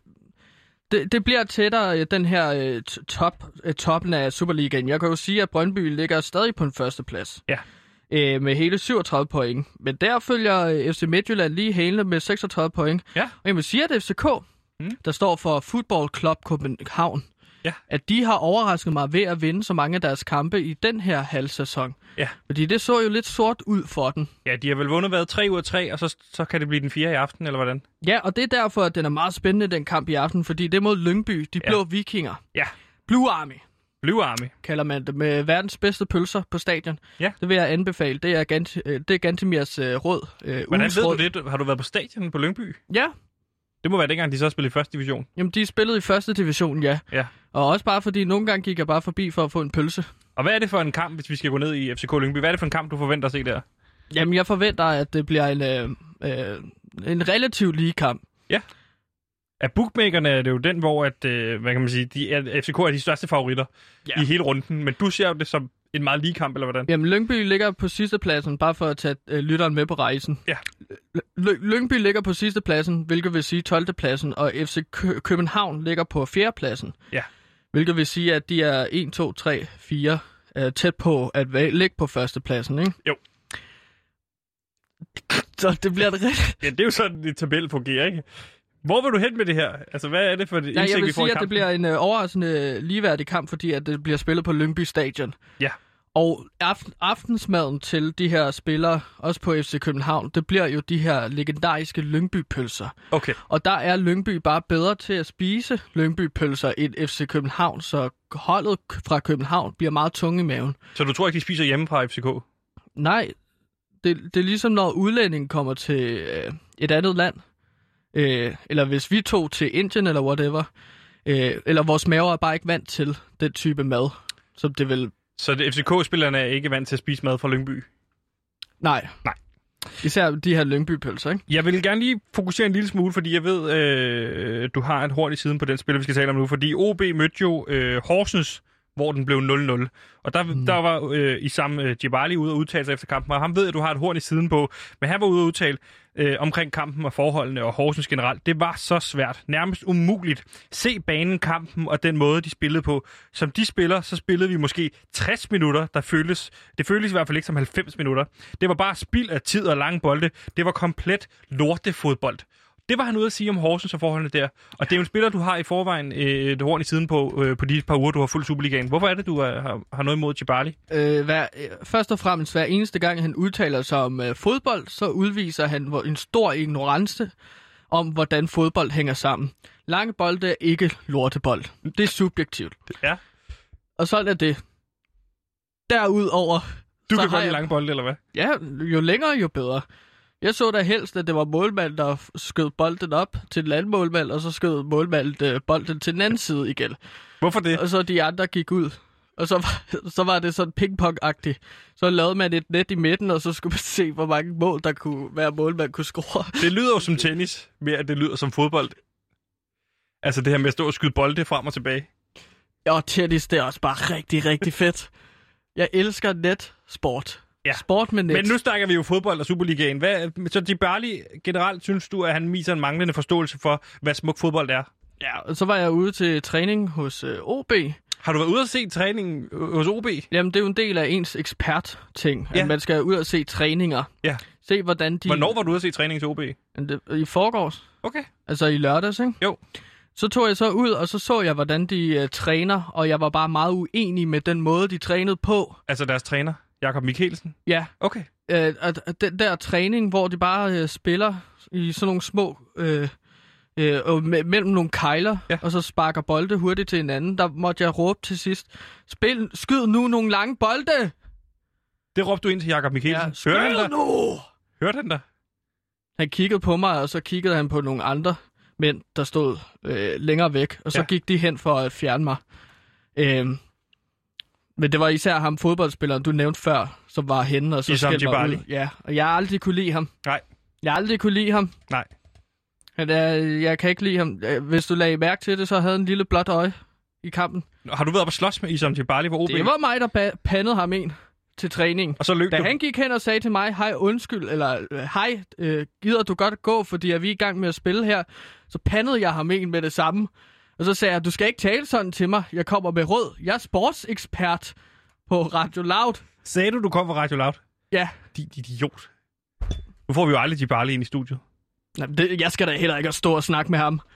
Det bliver tættere, den her toppen af Superligaen. Jeg kan jo sige, at Brøndby ligger stadig på en førsteplads. Ja. Med hele 37 point. Men der følger FC Midtjylland lige hælene med 36 point. Ja. Og jeg vil sige, at FCK, der står for Football Club København, at de har overrasket mig ved at vinde så mange af deres kampe i den her halvsæson. Ja. Fordi det så jo lidt sort ud for den. Ja, de har vel vundet 3 ud af 3, og så kan det blive den 4. i aften, eller hvordan? Ja, og det er derfor, at den er meget spændende, den kamp i aften, fordi det er mod Lyngby, de blå vikinger. Ja. Blue Army. Blue Army. Kalder man det, med verdens bedste pølser på stadion. Ja. Det vil jeg anbefale. Det er Gantemirs råd. Hvordan ved du det? Har du været på stadion på Lyngby? Ja. Det må være dengang, de så spillede i første division. Jamen, de spillede i første division, ja. Og også bare fordi, nogle gange gik jeg bare forbi for at få en pølse. Og hvad er det for en kamp, hvis vi skal gå ned i FCK Lyngby? Hvad er det for en kamp, du forventer at se der? Jamen, jeg forventer, at det bliver en relativt lige kamp. Ja. Af bookmakerne er det jo den, hvor at, hvad kan man sige, FCK er de største favoritter i hele runden. Men du ser jo det som en meget lige kamp, eller hvordan? Jamen, Lyngby ligger på sidste pladsen, bare for at tage lytteren med på rejsen. Ja. Lyngby ligger på sidste pladsen, hvilket vil sige 12. pladsen, og FC København ligger på 4. pladsen. Ja. Hvilket vil sige, at de er 1, 2, 3, 4 tæt på at ligge på førstepladsen, ikke? Jo. Så det bliver det rigtigt. Ja, det er jo sådan, en tabel fungerer, ikke? Hvor vil du hen med det her? Altså, hvad er det for et indsigt, vi får i kampen? Jeg vil sige, at det bliver en overraskende ligeværdig kamp, fordi at det bliver spillet på Lyngby Stadion. Ja. Og aftensmaden til de her spillere, også på FC København, det bliver jo de her legendariske Lyngby-pølser. Okay. Og der er Lyngby bare bedre til at spise Lyngby-pølser end FC København, så holdet fra København bliver meget tunge i maven. Så du tror ikke, de spiser hjemme fra FCK? Nej, det er ligesom når udlændingen kommer til et andet land. Eller hvis vi tog til Indien eller whatever. Eller vores maver er bare ikke vant til den type mad, som det vil Så FCK-spillerne er ikke vant til at spise mad fra Lyngby? Nej. Især de her Lyngby-pølser, ikke? Jeg vil gerne lige fokusere en lille smule, fordi jeg ved, du har et horn i siden på den spiller, vi skal tale om nu. Fordi OB mødte jo Horsens, hvor den blev 0-0. Og der var Isam Djibali ude og udtale sig efter kampen, og ham ved, at du har et horn i siden på. Men han var ude og udtale omkring kampen og forholdene og Horsens generelt. Det var så svært. Nærmest umuligt. Se banen, kampen og den måde, de spillede på. Som de spiller, så spillede vi måske 60 minutter, det føltes i hvert fald ikke som 90 minutter. Det var bare spild af tid og lange bolde. Det var komplet lortefodbold. Det var han ude at sige om Horsens og forholdene der. Og det er jo en spiller, du har i forvejen et horn i siden på de par uger, du har fulgt Superligaen. Hvorfor er det, du har noget imod Djibali? Først og fremmest, hver eneste gang, han udtaler sig om fodbold, så udviser han en stor ignorance om, hvordan fodbold hænger sammen. Lange bolde er ikke lortebold. Det er subjektivt. Ja. Og sådan er det. Derudover... Du kan godt lide lange bolde, eller hvad? Ja, jo længere, jo bedre. Jeg så da helst, at det var målmanden, der skød bolden op til den anden målmand, og så skød målmanden bolden til den anden side igen. Hvorfor det? Og så de andre gik ud. Og så var det sådan ping-pong-agtigt. Så lavede man et net i midten, og så skulle man se, hvor mange mål, der kunne være målmand kunne score. Det lyder jo som tennis, mere end det lyder som fodbold. Altså det her med at stå og skyde bolde frem og tilbage. Ja, tennis, det er også bare rigtig, rigtig fedt. Jeg elsker netsport. Ja. Sport med net. Men nu snakker vi jo fodbold og Superligaen. Så Djibali generelt synes du, at han viser en manglende forståelse for, hvad smuk fodbold er? Ja, og så var jeg ude til træning hos OB. Har du været ude at se træning hos OB? Jamen, det er jo en del af ens ekspert-ting, at man skal ud og se træninger. Ja. Se, hvordan de... Hvornår var du ude at se træning til OB? I forgårs. Okay. Altså i lørdags, ikke? Jo. Så tog jeg så ud, og så jeg, hvordan de træner, og jeg var bare meget uenig med den måde, de trænede på. Altså deres træner? Jakob Mikkelsen? Ja. Okay. Den der træning, hvor de bare spiller i sådan nogle små... mellem nogle kejler, og så sparker bolde hurtigt til hinanden, der måtte jeg råbe til sidst, skyd nu nogle lange bolde! Det råbte du ind til Jakob Mikkelsen? Ja, skyd nu! Hørte han dig? Han kiggede på mig, og så kiggede han på nogle andre mænd, der stod længere væk, og så gik de hen for at fjerne mig. Men det var især ham, fodboldspilleren, du nævnte før, som var henne, og så skældte mig ud. Ja, og jeg har aldrig kunne lide ham. Nej. Jeg har aldrig kunne lide ham. Nej. Jeg kan ikke lide ham. Hvis du lagde mærke til det, så havde han en lille blåt øje i kampen. Har du været op at slås med Isam Djibali på OB? Det var mig, der pandede ham en til træning. Og så løb han gik hen og sagde til mig, hej, undskyld, eller hej, gider du godt gå, fordi vi er i gang med at spille her, så pandede jeg ham en med det samme. Og så sagde jeg, du skal ikke tale sådan til mig, jeg kommer med råd. Jeg er sportsekspert på Radio Loud. Sagde du kom fra Radio Loud? Ja. Din idiot. Nu får vi jo aldrig Djibali ind i studiet. Jeg skal da heller ikke stå og snakke med ham.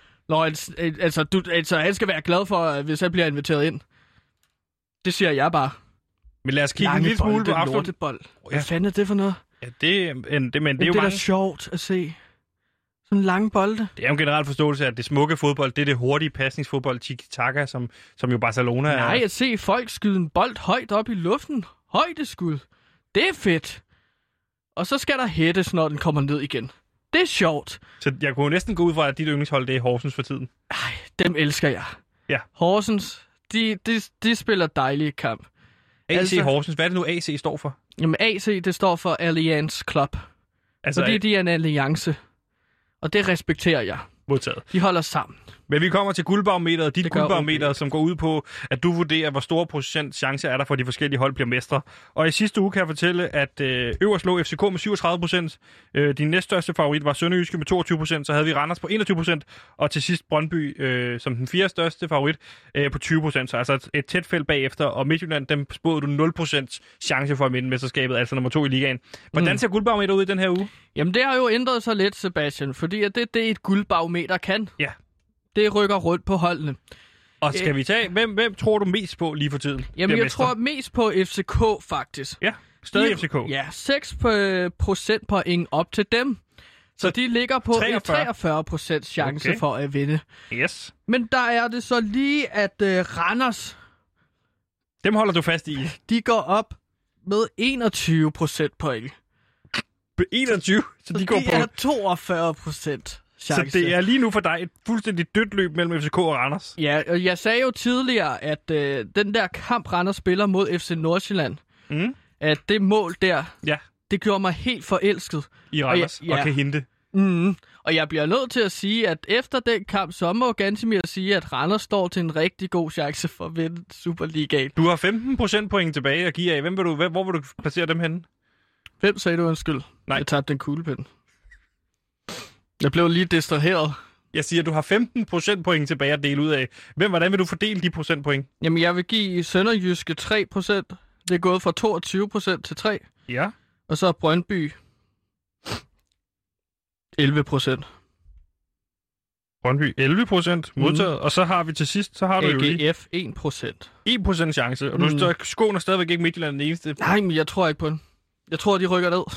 Altså, han skal være glad for, hvis jeg bliver inviteret ind. Det siger jeg bare. Men lad os kigge en lille smule på afslutningen. Hvad fanden er det for noget? Ja, det er jo det er sjovt at se. Sådan lange bolde. Det er jo en generel forståelse af, at det smukke fodbold, det er det hurtige pasningsfodbold, tiki-taka, som jo Barcelona er. Nej, at se folk skyde en bold højt op i luften. Højdeskud. Det er fedt. Og så skal der hættes, når den kommer ned igen. Det er sjovt. Så jeg kunne næsten gå ud fra, at dit yndlingshold, det er Horsens for tiden. Ej, dem elsker jeg. Ja. Horsens, de spiller dejlige kamp. AC Horsens, hvad er det nu AC står for? Jamen AC, det står for Alliance Club. Altså, fordi de er en alliance. Og det respekterer jeg. Modtaget. De holder sammen. Men vi kommer til guldbarometeret. Dit guldbarometer, som går ud på, at du vurderer, hvor stor procent chance er der for, at de forskellige hold bliver mestre. Og i sidste uge kan jeg fortælle, at øverst lå FCK med 37%. Din næststørste favorit var Sønderjyske med 22%. Så havde vi Randers på 21%. Og til sidst Brøndby som den fjerde største favorit på 20%. Så altså et tæt felt bagefter. Og Midtjylland, dem spåede du 0% chance for at vinde mesterskabet, altså nummer 2 i ligaen. Hvordan ser guldbarometeret ud i den her uge? Jamen det har jo ændret sig lidt, Sebastian. Fordi at det et guldbarometer kan. Ja. Det rykker rundt på holdene. Og skal vi tage... Hvem tror du mest på lige for tiden? Jamen, jeg tror mest på FCK, faktisk. Ja, stadig FCK. Ja, 6 procentpoint op til dem. Så de ligger på 43% chance for at vinde. Yes. Men der er det så lige, at Randers... Dem holder du fast i? De går op med 21 procentpoint. 21? Så de går på... De er 42% chance. Så det er lige nu for dig et fuldstændig dødt løb mellem FCK og Randers? Ja, og jeg sagde jo tidligere, at den der kamp, Randers spiller mod FC Nordsjælland, at det mål der, det gjorde mig helt forelsket. I Randers og kan hente. Og jeg bliver nødt til at sige, at efter den kamp, så må Gantemir sige, at Randers står til en rigtig god chance for at vinde Superligaen. Du har 15 procentpoint tilbage at give af. Hvor vil du placere dem henne? Hvem sagde du undskyld? Nej. Jeg tabte den kuglepen. Jeg blev lige distraheret. Jeg siger, at du har 15 procentpoint tilbage at dele ud af. Hvordan vil du fordele de procentpoint? Jamen, jeg vil give Sønderjyske 3%. Det er gået fra 22% til 3%. Ja. Og så er Brøndby 11%. Brøndby 11% modtaget. Og så har vi til sidst, så har du jo lige... AGF 1%. 1% chance. Og du skåner stadigvæk ikke Midtjylland den eneste. Nej, men jeg tror ikke på den. Jeg tror, de rykker ned.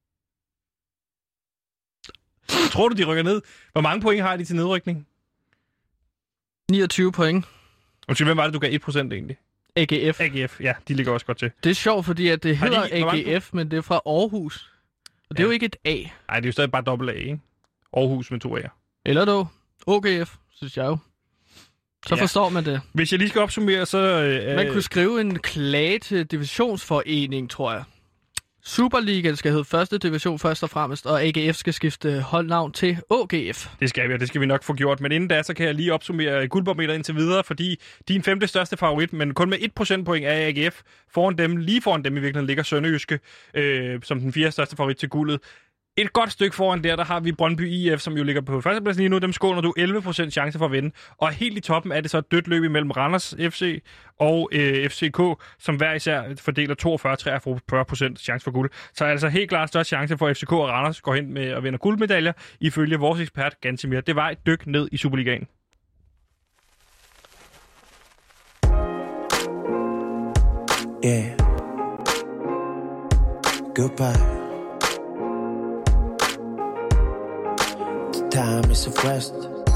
Tror du, de rykker ned? Hvor mange point har de til nedrykning? 29 point. Og hvem var det, du gav 1% egentlig? AGF. AGF, ja, de ligger også godt til. Det er sjovt, fordi at det hedder AGF, men det er fra Aarhus. Og det er jo ikke et A. Nej, det er jo stadig bare dobbelt A, ikke? Aarhus med 2 A'er. Eller dog. OGF, synes jeg jo. Så forstår man det. Hvis jeg lige skal opsummere, så... Man kunne skrive en klage til divisionsforening, tror jeg. Superligaen skal hedde første division først og fremmest, og AGF skal skifte holdnavn til OGF. Det skal vi, og det skal vi nok få gjort. Men inden da, så kan jeg lige opsummere guldbarometer indtil videre, fordi din 5. største favorit, men kun med 1 procentpoint af AGF, lige foran dem i virkeligheden ligger Sønderjyske, som den 4. største favorit til guldet. Et godt stykke foran der har vi Brøndby IF, som jo ligger på førstepladsen lige nu. Dem skåner du 11% chance for at vinde. Og helt i toppen er det så et dødt løb imellem Randers FC og FCK, som hver især fordeler 42-43% chance for guld. Så altså helt klart størst chance for FCK og Randers går hen med at vinde guldmedaljer, ifølge vores ekspert Gantemir. Det var et dyk ned i Superligaen. Yeah. Goodbye. Time is of rest.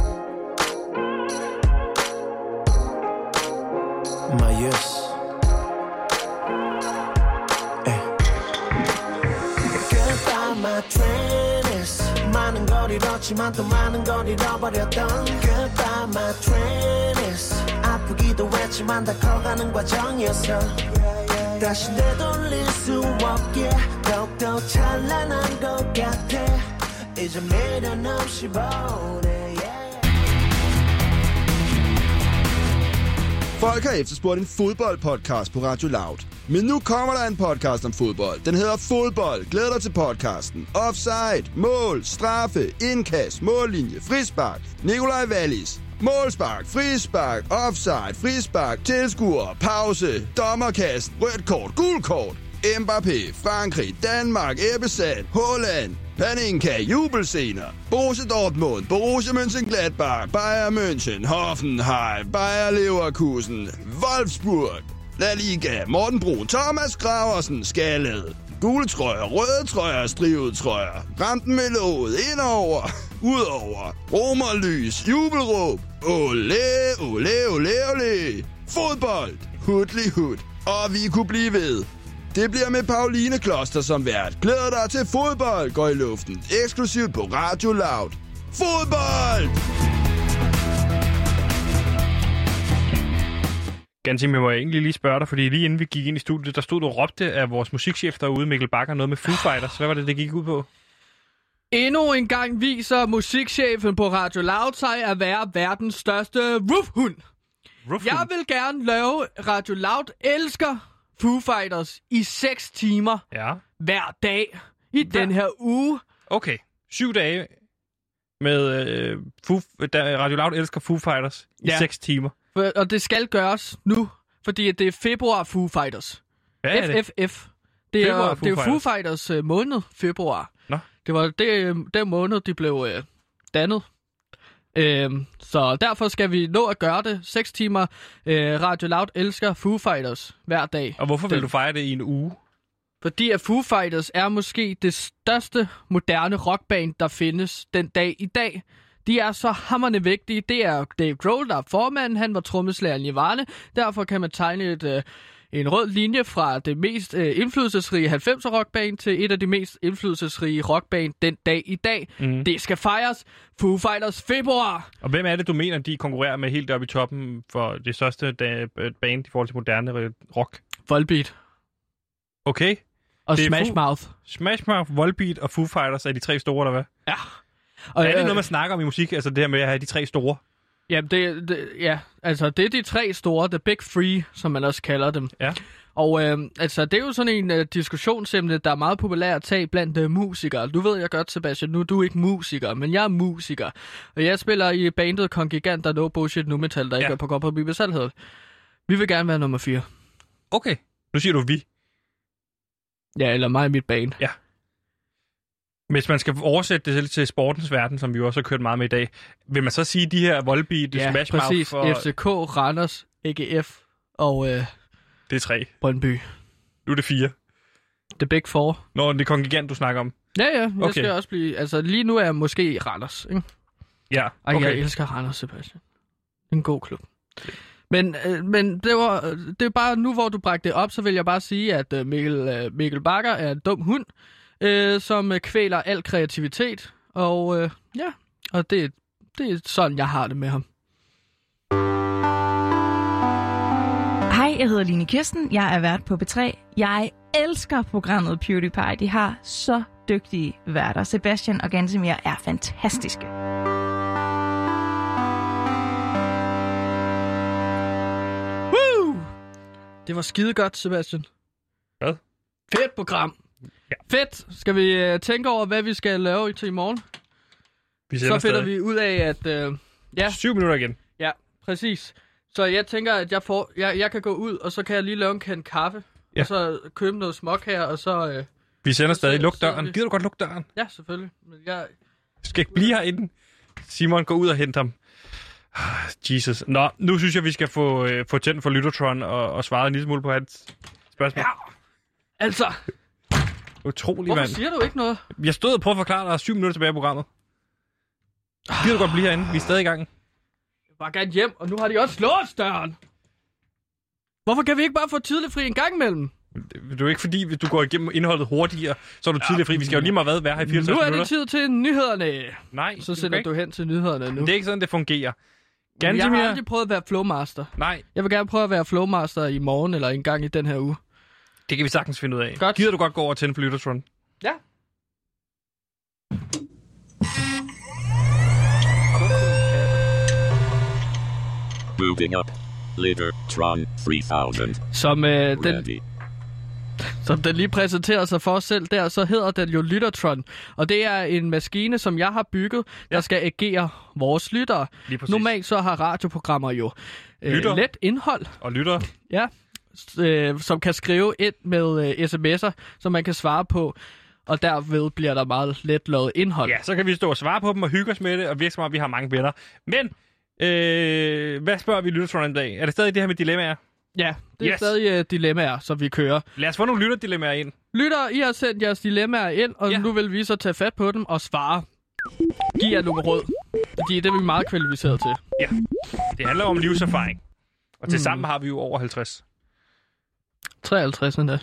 My yes. Goodbye my trainers. 많은 걸 잃었지만 또 많은 걸 잃어버렸던 Goodbye my trainers. 아프기도 했지만 다 커가는 과정이었어. 다시 되돌릴 수 없게 더욱더 찬란한 것 같아. 이제 미련 없이 보내. Folk har efterspurgt en fodboldpodcast på Radio Loud. Men nu kommer der en podcast om fodbold. Den hedder Fodbold. Glæd dig til podcasten. Offside, mål, straffe, indkast, mållinje, frispark. Nikolaj Wallis. Målspark, frispark, offside, frispark, tilskuer, pause, dommerkast, rødt kort, gult kort. Mbappé, Frankrig, Danmark, Ebbesand, Holland, Panenka, jubelscener, Borussia Dortmund, Borussia Mönchengladbach, Bayern München, Hoffenheim, Bayer Leverkusen, Wolfsburg, La Liga, Morten Brun, Thomas Graversen, Skallet, gule trøjer, røde trøjer, strivet trøjer, ramten med låget, indover, udover, romerlys, jubelråb, ole, ole, ole, ole, fodbold, hudli hud, og vi kunne blive ved. Det bliver med Pauline Kloster som vært. Glæder dig til fodbold går i luften. Eksklusivt på Radio Loud. Fodbold! Gantemir, må jeg egentlig lige spørge dig, fordi lige inden vi gik ind i studiet, der stod du og råbte af vores musikchef derude, Mikkel Bakker, noget med Foo Fighters. Hvad var det gik ud på? Endnu en gang viser musikchefen på Radio Loud sig at være verdens største roofhund. Jeg vil gerne lave Radio Loud elsker Foo Fighters i 6 timer hver dag i den her uge. Okay, 7 dage med Radio Loud elsker Foo Fighters i 6 timer. Og det skal gøres nu, fordi det er februar Foo Fighters. Hvad er FFF. Det er jo Foo Fighters måned, februar. Nå. Det var den måned, de blev dannet. Så derfor skal vi nå at gøre det. 6 timer Radio Loud elsker Foo Fighters hver dag. Og hvorfor vil du fejre det i en uge? Fordi at Foo Fighters er måske det største moderne rockband, der findes den dag i dag. De er så hamrende vigtige. Det er Dave Grohl, der er formanden. Han var trommeslager i Nirvana. Derfor kan man tegne en rød linje fra det mest indflydelsesrige 90'er rockband til et af de mest indflydelsesrige rockband den dag i dag. Det skal fejres. Foo Fighters februar. Og hvem er det, du mener, de konkurrerer med helt oppe i toppen for det største band i forhold til moderne rock? Volbeat. Okay. Og Smash Mouth. Smash Mouth, Volbeat og Foo Fighters er de tre store, eller hvad? Ja. Og er det noget, man snakker om i musik? Altså det her med at have de tre store? Jamen, det er de tre store, the big three, som man også kalder dem. Ja. Og det er jo sådan en diskussionsemne, der er meget populær at tage blandt musikere. Du ved jeg godt, Sebastian, nu er du ikke musiker, men jeg er musiker. Og jeg spiller i bandet Kongigant, der No Bullshit Nu Metal, der ikke er på godt på Bibelsalhed. Vi vil gerne være nummer 4. Okay, nu siger du vi. Ja, eller mig og mit band. Ja. Hvis man skal oversætte det til sportens verden, som vi jo også har kørt meget med i dag, vil man så sige de her Volbeat, Smash Mouth? Præcis. FCK, Randers, AGF og det er 3. Brøndby. Nu er det 4. The Big Four. Når det er Kongigant, du snakker om. Ja, jeg skal også blive... Altså, lige nu er jeg måske Randers, ikke? Ja, okay. Og jeg elsker Randers, Sebastian. En god klub. Men det er bare nu, hvor du bragte det op, så vil jeg bare sige, at Mikkel Bakker er en dum hund, som kvæler al kreativitet. Og og det er sådan, jeg har det med ham. Hej, jeg hedder Line Kirsten. Jeg er vært på B3. Jeg elsker programmet PewDiePie. De har så dygtige værter. Sebastian og Gantemir er fantastiske. Det var skide godt, Sebastian. Hvad? Fedt program. Ja. Fedt. Skal vi tænke over, hvad vi skal lave til i morgen? Så finder vi ud af, at... 7 minutter igen. Ja, præcis. Så jeg tænker, at jeg kan gå ud, og så kan jeg lige lave en kande kaffe. Ja. Og så købe noget småkager, og så... vi sender stadig. Luk døren. Gider du godt lukke døren? Ja, selvfølgelig. Men jeg skal ikke blive herinde. Simon, gå ud og hente ham. Jesus. Nå, nu synes jeg, vi skal få tændt for Lyttertron og svare en lille smule på hans spørgsmål. Ja, altså. Utrolig, hvorfor mand. Siger du ikke noget? Jeg stod og prøvede at forklare dig 7 minutter tilbage i programmet. Gider du godt blive herinde? Vi er stadig i gang. Jeg vil bare gerne hjem, og nu har de også slået døren. Hvorfor kan vi ikke bare få tidlig fri en gang imellem? Det er jo ikke fordi, hvis du går igennem indholdet hurtigere, så er du tidlig fri. Vi skal jo lige meget være her i 54 minutter. Nu er det tid til nyhederne. Nej. Så sender du hen til nyhederne nu. Det er ikke sådan, det fungerer. Jeg har aldrig prøvet at være flowmaster. Nej. Jeg vil gerne prøve at være flowmaster i morgen eller en gang i den her uge. Det kan vi sagtens finde ud af. Godt. Gider du godt gå over til en Lyttertron? Ja. Moving up. Lyttertron 3000. Som den lige præsenterer sig for os selv der, så hedder den jo Lyttertron. Og det er en maskine, som jeg har bygget, der skal agere vores lyttere. Normalt så har radioprogrammer jo let indhold. Og lyttere. Ja, som kan skrive ind med sms'er, som man kan svare på. Og derved bliver der meget let lavet indhold. Ja, så kan vi stå og svare på dem og hygge os med det, og virke som om vi har mange venner. Men, hvad spørger vi Lyttertron en dag? Er det stadig det her med dilemmaer? Ja, det er stadig dilemmaer, som vi kører. Lad os få nogle lytterdilemmaer ind. Lytter, I har sendt jeres dilemmaer ind, og nu vil vi så tage fat på dem og svare. Giv jer nogle råd, fordi det er vi meget kvalificeret til. Ja, det handler om livserfaring. Og til sammen har vi jo over 50. 53 endda.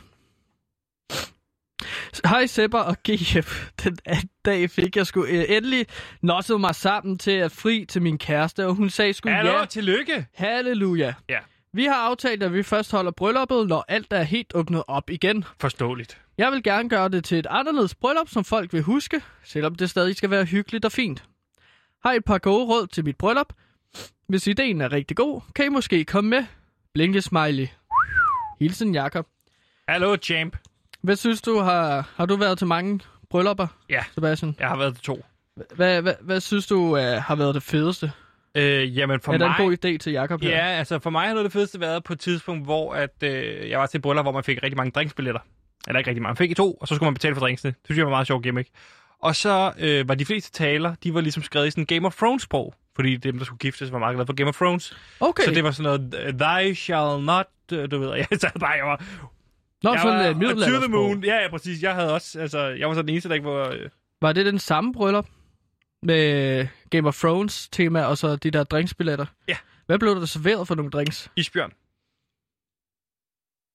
Hej Sepper og GF. Den anden dag fik jeg sgu endelig nosset mig sammen til at fri til min kæreste, og hun sagde sgu ja. Tillykke! Halleluja. Ja. Vi har aftalt, at vi først holder brylluppet, når alt er helt åbnet op igen. Forståeligt. Jeg vil gerne gøre det til et anderledes bryllup, som folk vil huske, selvom det stadig skal være hyggeligt og fint. Har et par gode råd til mit bryllup? Hvis ideen er rigtig god, kan I måske komme med. Blinke smiley. Hilsen Jakob. Hallo, champ. Hvad synes du, har du været til mange bryllupper, Sebastian? Jeg har været til 2. Hvad synes du har været det fedeste? Jamen for mig... Er det en god idé til Jakob her? Ja, altså for mig har noget det fedeste været på et tidspunkt, hvor jeg var til et bryllup, hvor man fik rigtig mange drinksbilletter. Eller ikke rigtig mange. Man fik 2, og så skulle man betale for drinksene. Det synes jeg var meget sjovt gimmick. Og så var de fleste taler, de var ligesom skrevet i sådan Game of Thrones-sprog. Fordi dem, der skulle giftes, var meget glade for Game of Thrones. Okay. Så det var sådan noget, thy shall not, du ved, jeg sad bare, jeg var... Nå, sådan en middelaldersprog. To the moon. Ja, præcis. Jeg havde også, altså, jeg var så den eneste, der ikke var... Var det den samme bryllup? Med Game of Thrones tema og så de der drinksbilletter? Ja. Hvad blev der serveret for nogle drinks? Isbjørn.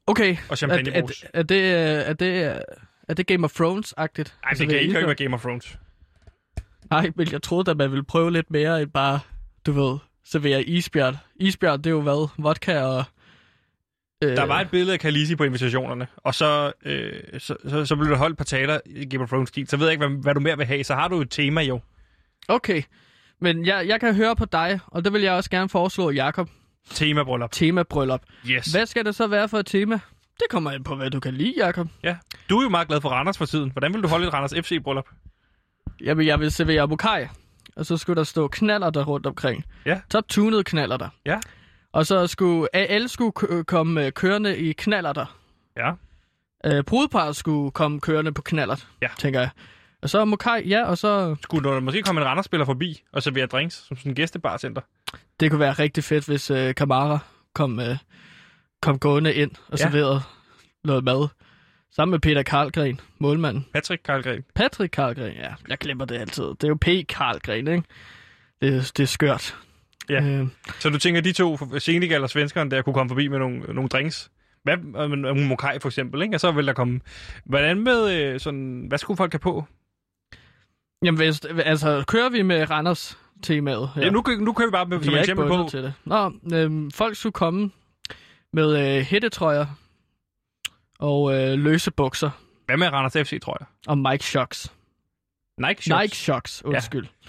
Okay. Og champagnebrus. Er det Game of Thrones-agtigt? Nej, det kan ikke være Game of Thrones. Nej, men jeg troede, at man ville prøve lidt mere end bare, du ved, servere isbjørn. Isbjørn, det er jo hvad? Vodka og... Der var et billede af Khaleesi på invitationerne, og så blev der holdt et par taler i Game of Thrones-stil. Så ved jeg ikke, hvad du mere vil have. Så har du et tema jo. Okay, men jeg kan høre på dig, og det vil jeg også gerne foreslå, Jakob. Temabryllup. Temabryllup. Yes. Hvad skal det så være for et tema? Det kommer ind på, hvad du kan lide, Jakob. Ja. Du er jo meget glad for Randers for tiden. Hvordan vil du holde et Randers FC-bryllup? Jamen, jeg vil servere mokai, og så skulle der stå knaller der rundt omkring. Ja. Top-tunede knaller der. Ja. Og så skulle alle komme kørende i knaller der. Ja. Brudeparret skulle komme kørende på knallert, tænker jeg. Og så mokai, ja, og så... Skulle der måske komme en Randers-spiller forbi og servere drinks som sådan en gæstebarcenter? Det kunne være rigtig fedt, hvis Kamara kom gående ind og serverede noget mad. Sammen med Peter Karlgren, målmanden. Patrick Karlgren, ja. Jeg glemmer det altid. Det er jo P. Karlgren, ikke? Det er skørt. Ja. Så du tænker, de to, Senegal og svenskeren, der kunne komme forbi med nogle drinks? Hvad mokai for eksempel, ikke? Og så vil der komme... Hvordan med sådan... Hvad skulle folk have på? Jamen, kører vi med Randers temaet? Ja, nu kører vi bare med som eksempel på. Til det. Nå, folk skulle komme med hættetrøjer og løse bukser. Hvad med Randers FC, tror jeg? Og Mike Shocks. Nike Shocks, undskyld. Ja.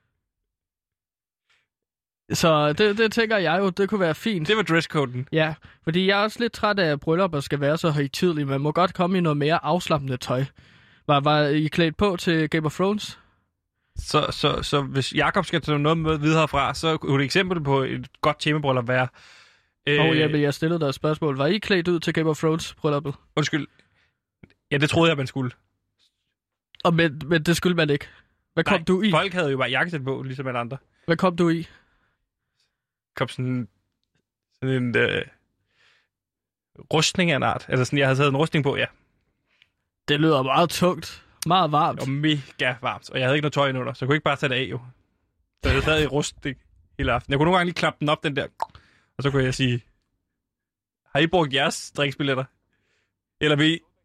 Så det tænker jeg jo, det kunne være fint. Det var dresscoden. Ja, fordi jeg er også lidt træt af, at bryllupper skal være så højtidelige. Man må godt komme i noget mere afslappende tøj. Var I klædt på til Game of Thrones? Så hvis Jakob skal tage noget med videre fra, så kunne et eksempel på et godt temabryllup være... jeg stillede dig et spørgsmål. Var I klædt ud til Game of Thrones brylluppet? Undskyld. Ja, det troede jeg, man skulle. Men det skulle man ikke. Hvad kom du i? Folk havde jo bare jakkesæt på, ligesom alle andre. Hvad kom du i? Kom sådan en rustning af en art. Altså sådan, jeg havde taget en rustning på, ja. Det lyder meget tungt. Meget varmt. Og mega varmt. Og jeg havde ikke noget tøj under, så jeg kunne ikke bare tage det af, jo. Så jeg sad i rustning hele aften. Jeg kunne nogle gange lige klappe den op, den der. Og så kunne jeg sige, har I brugt jeres driksbilletter? Eller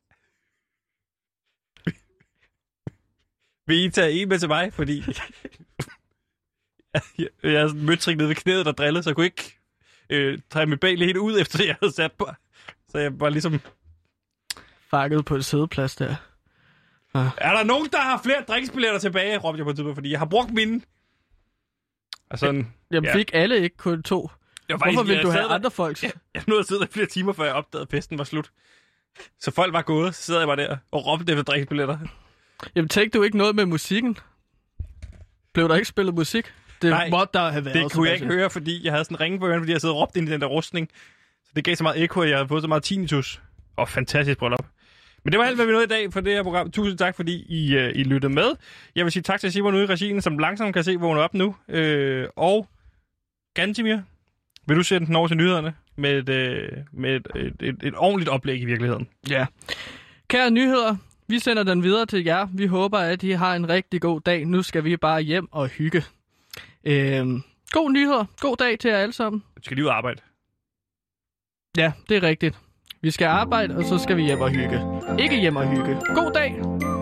vil I tage en med til mig? Fordi jeg havde møtrik nede ved knæet, der drillede, så jeg kunne ikke tage mit bag helt ud, efter jeg havde sat på. Så jeg var ligesom... Fanget på et sædeplads der. Er der nogen, der har flere driksbilletter tilbage, råbte jeg på et tidspunkt, fordi jeg har brugt mine. Og sådan, Jamen fik alle ikke kun 2? Hvorfor ville du have andre folks? Jeg nåede at sidde der flere timer, før jeg opdagede, at festen var slut. Så folk var gået, så sidder jeg bare der og råbte efter driksbilletter. Jamen tænkte du ikke noget med musikken? Blev der ikke spillet musik? Nej, måtte der have været. Det kunne jeg ikke høre, fordi jeg havde sådan en ringe på ørerne, fordi jeg sad og råbte ind i den der rustning. Så det gav så meget ekko, at jeg havde fået så meget tinnitus. Fantastisk bryllup. Men det var alt, hvad vi nåede i dag for det her program. Tusind tak, fordi I lyttede med. Jeg vil sige tak til Simon ude i regien, som langsomt kan se vågne op nu. Og Gantimir, vil du sætte den over til nyhederne med et ordentligt oplæg i virkeligheden? Ja. Kære nyheder, vi sender den videre til jer. Vi håber, at I har en rigtig god dag. Nu skal vi bare hjem og hygge. God nyheder. God dag til jer alle sammen. Du skal lige ud og arbejde. Ja, det er rigtigt. Vi skal arbejde, og så skal vi hjem og hygge. Ikke hjem og hygge. God dag!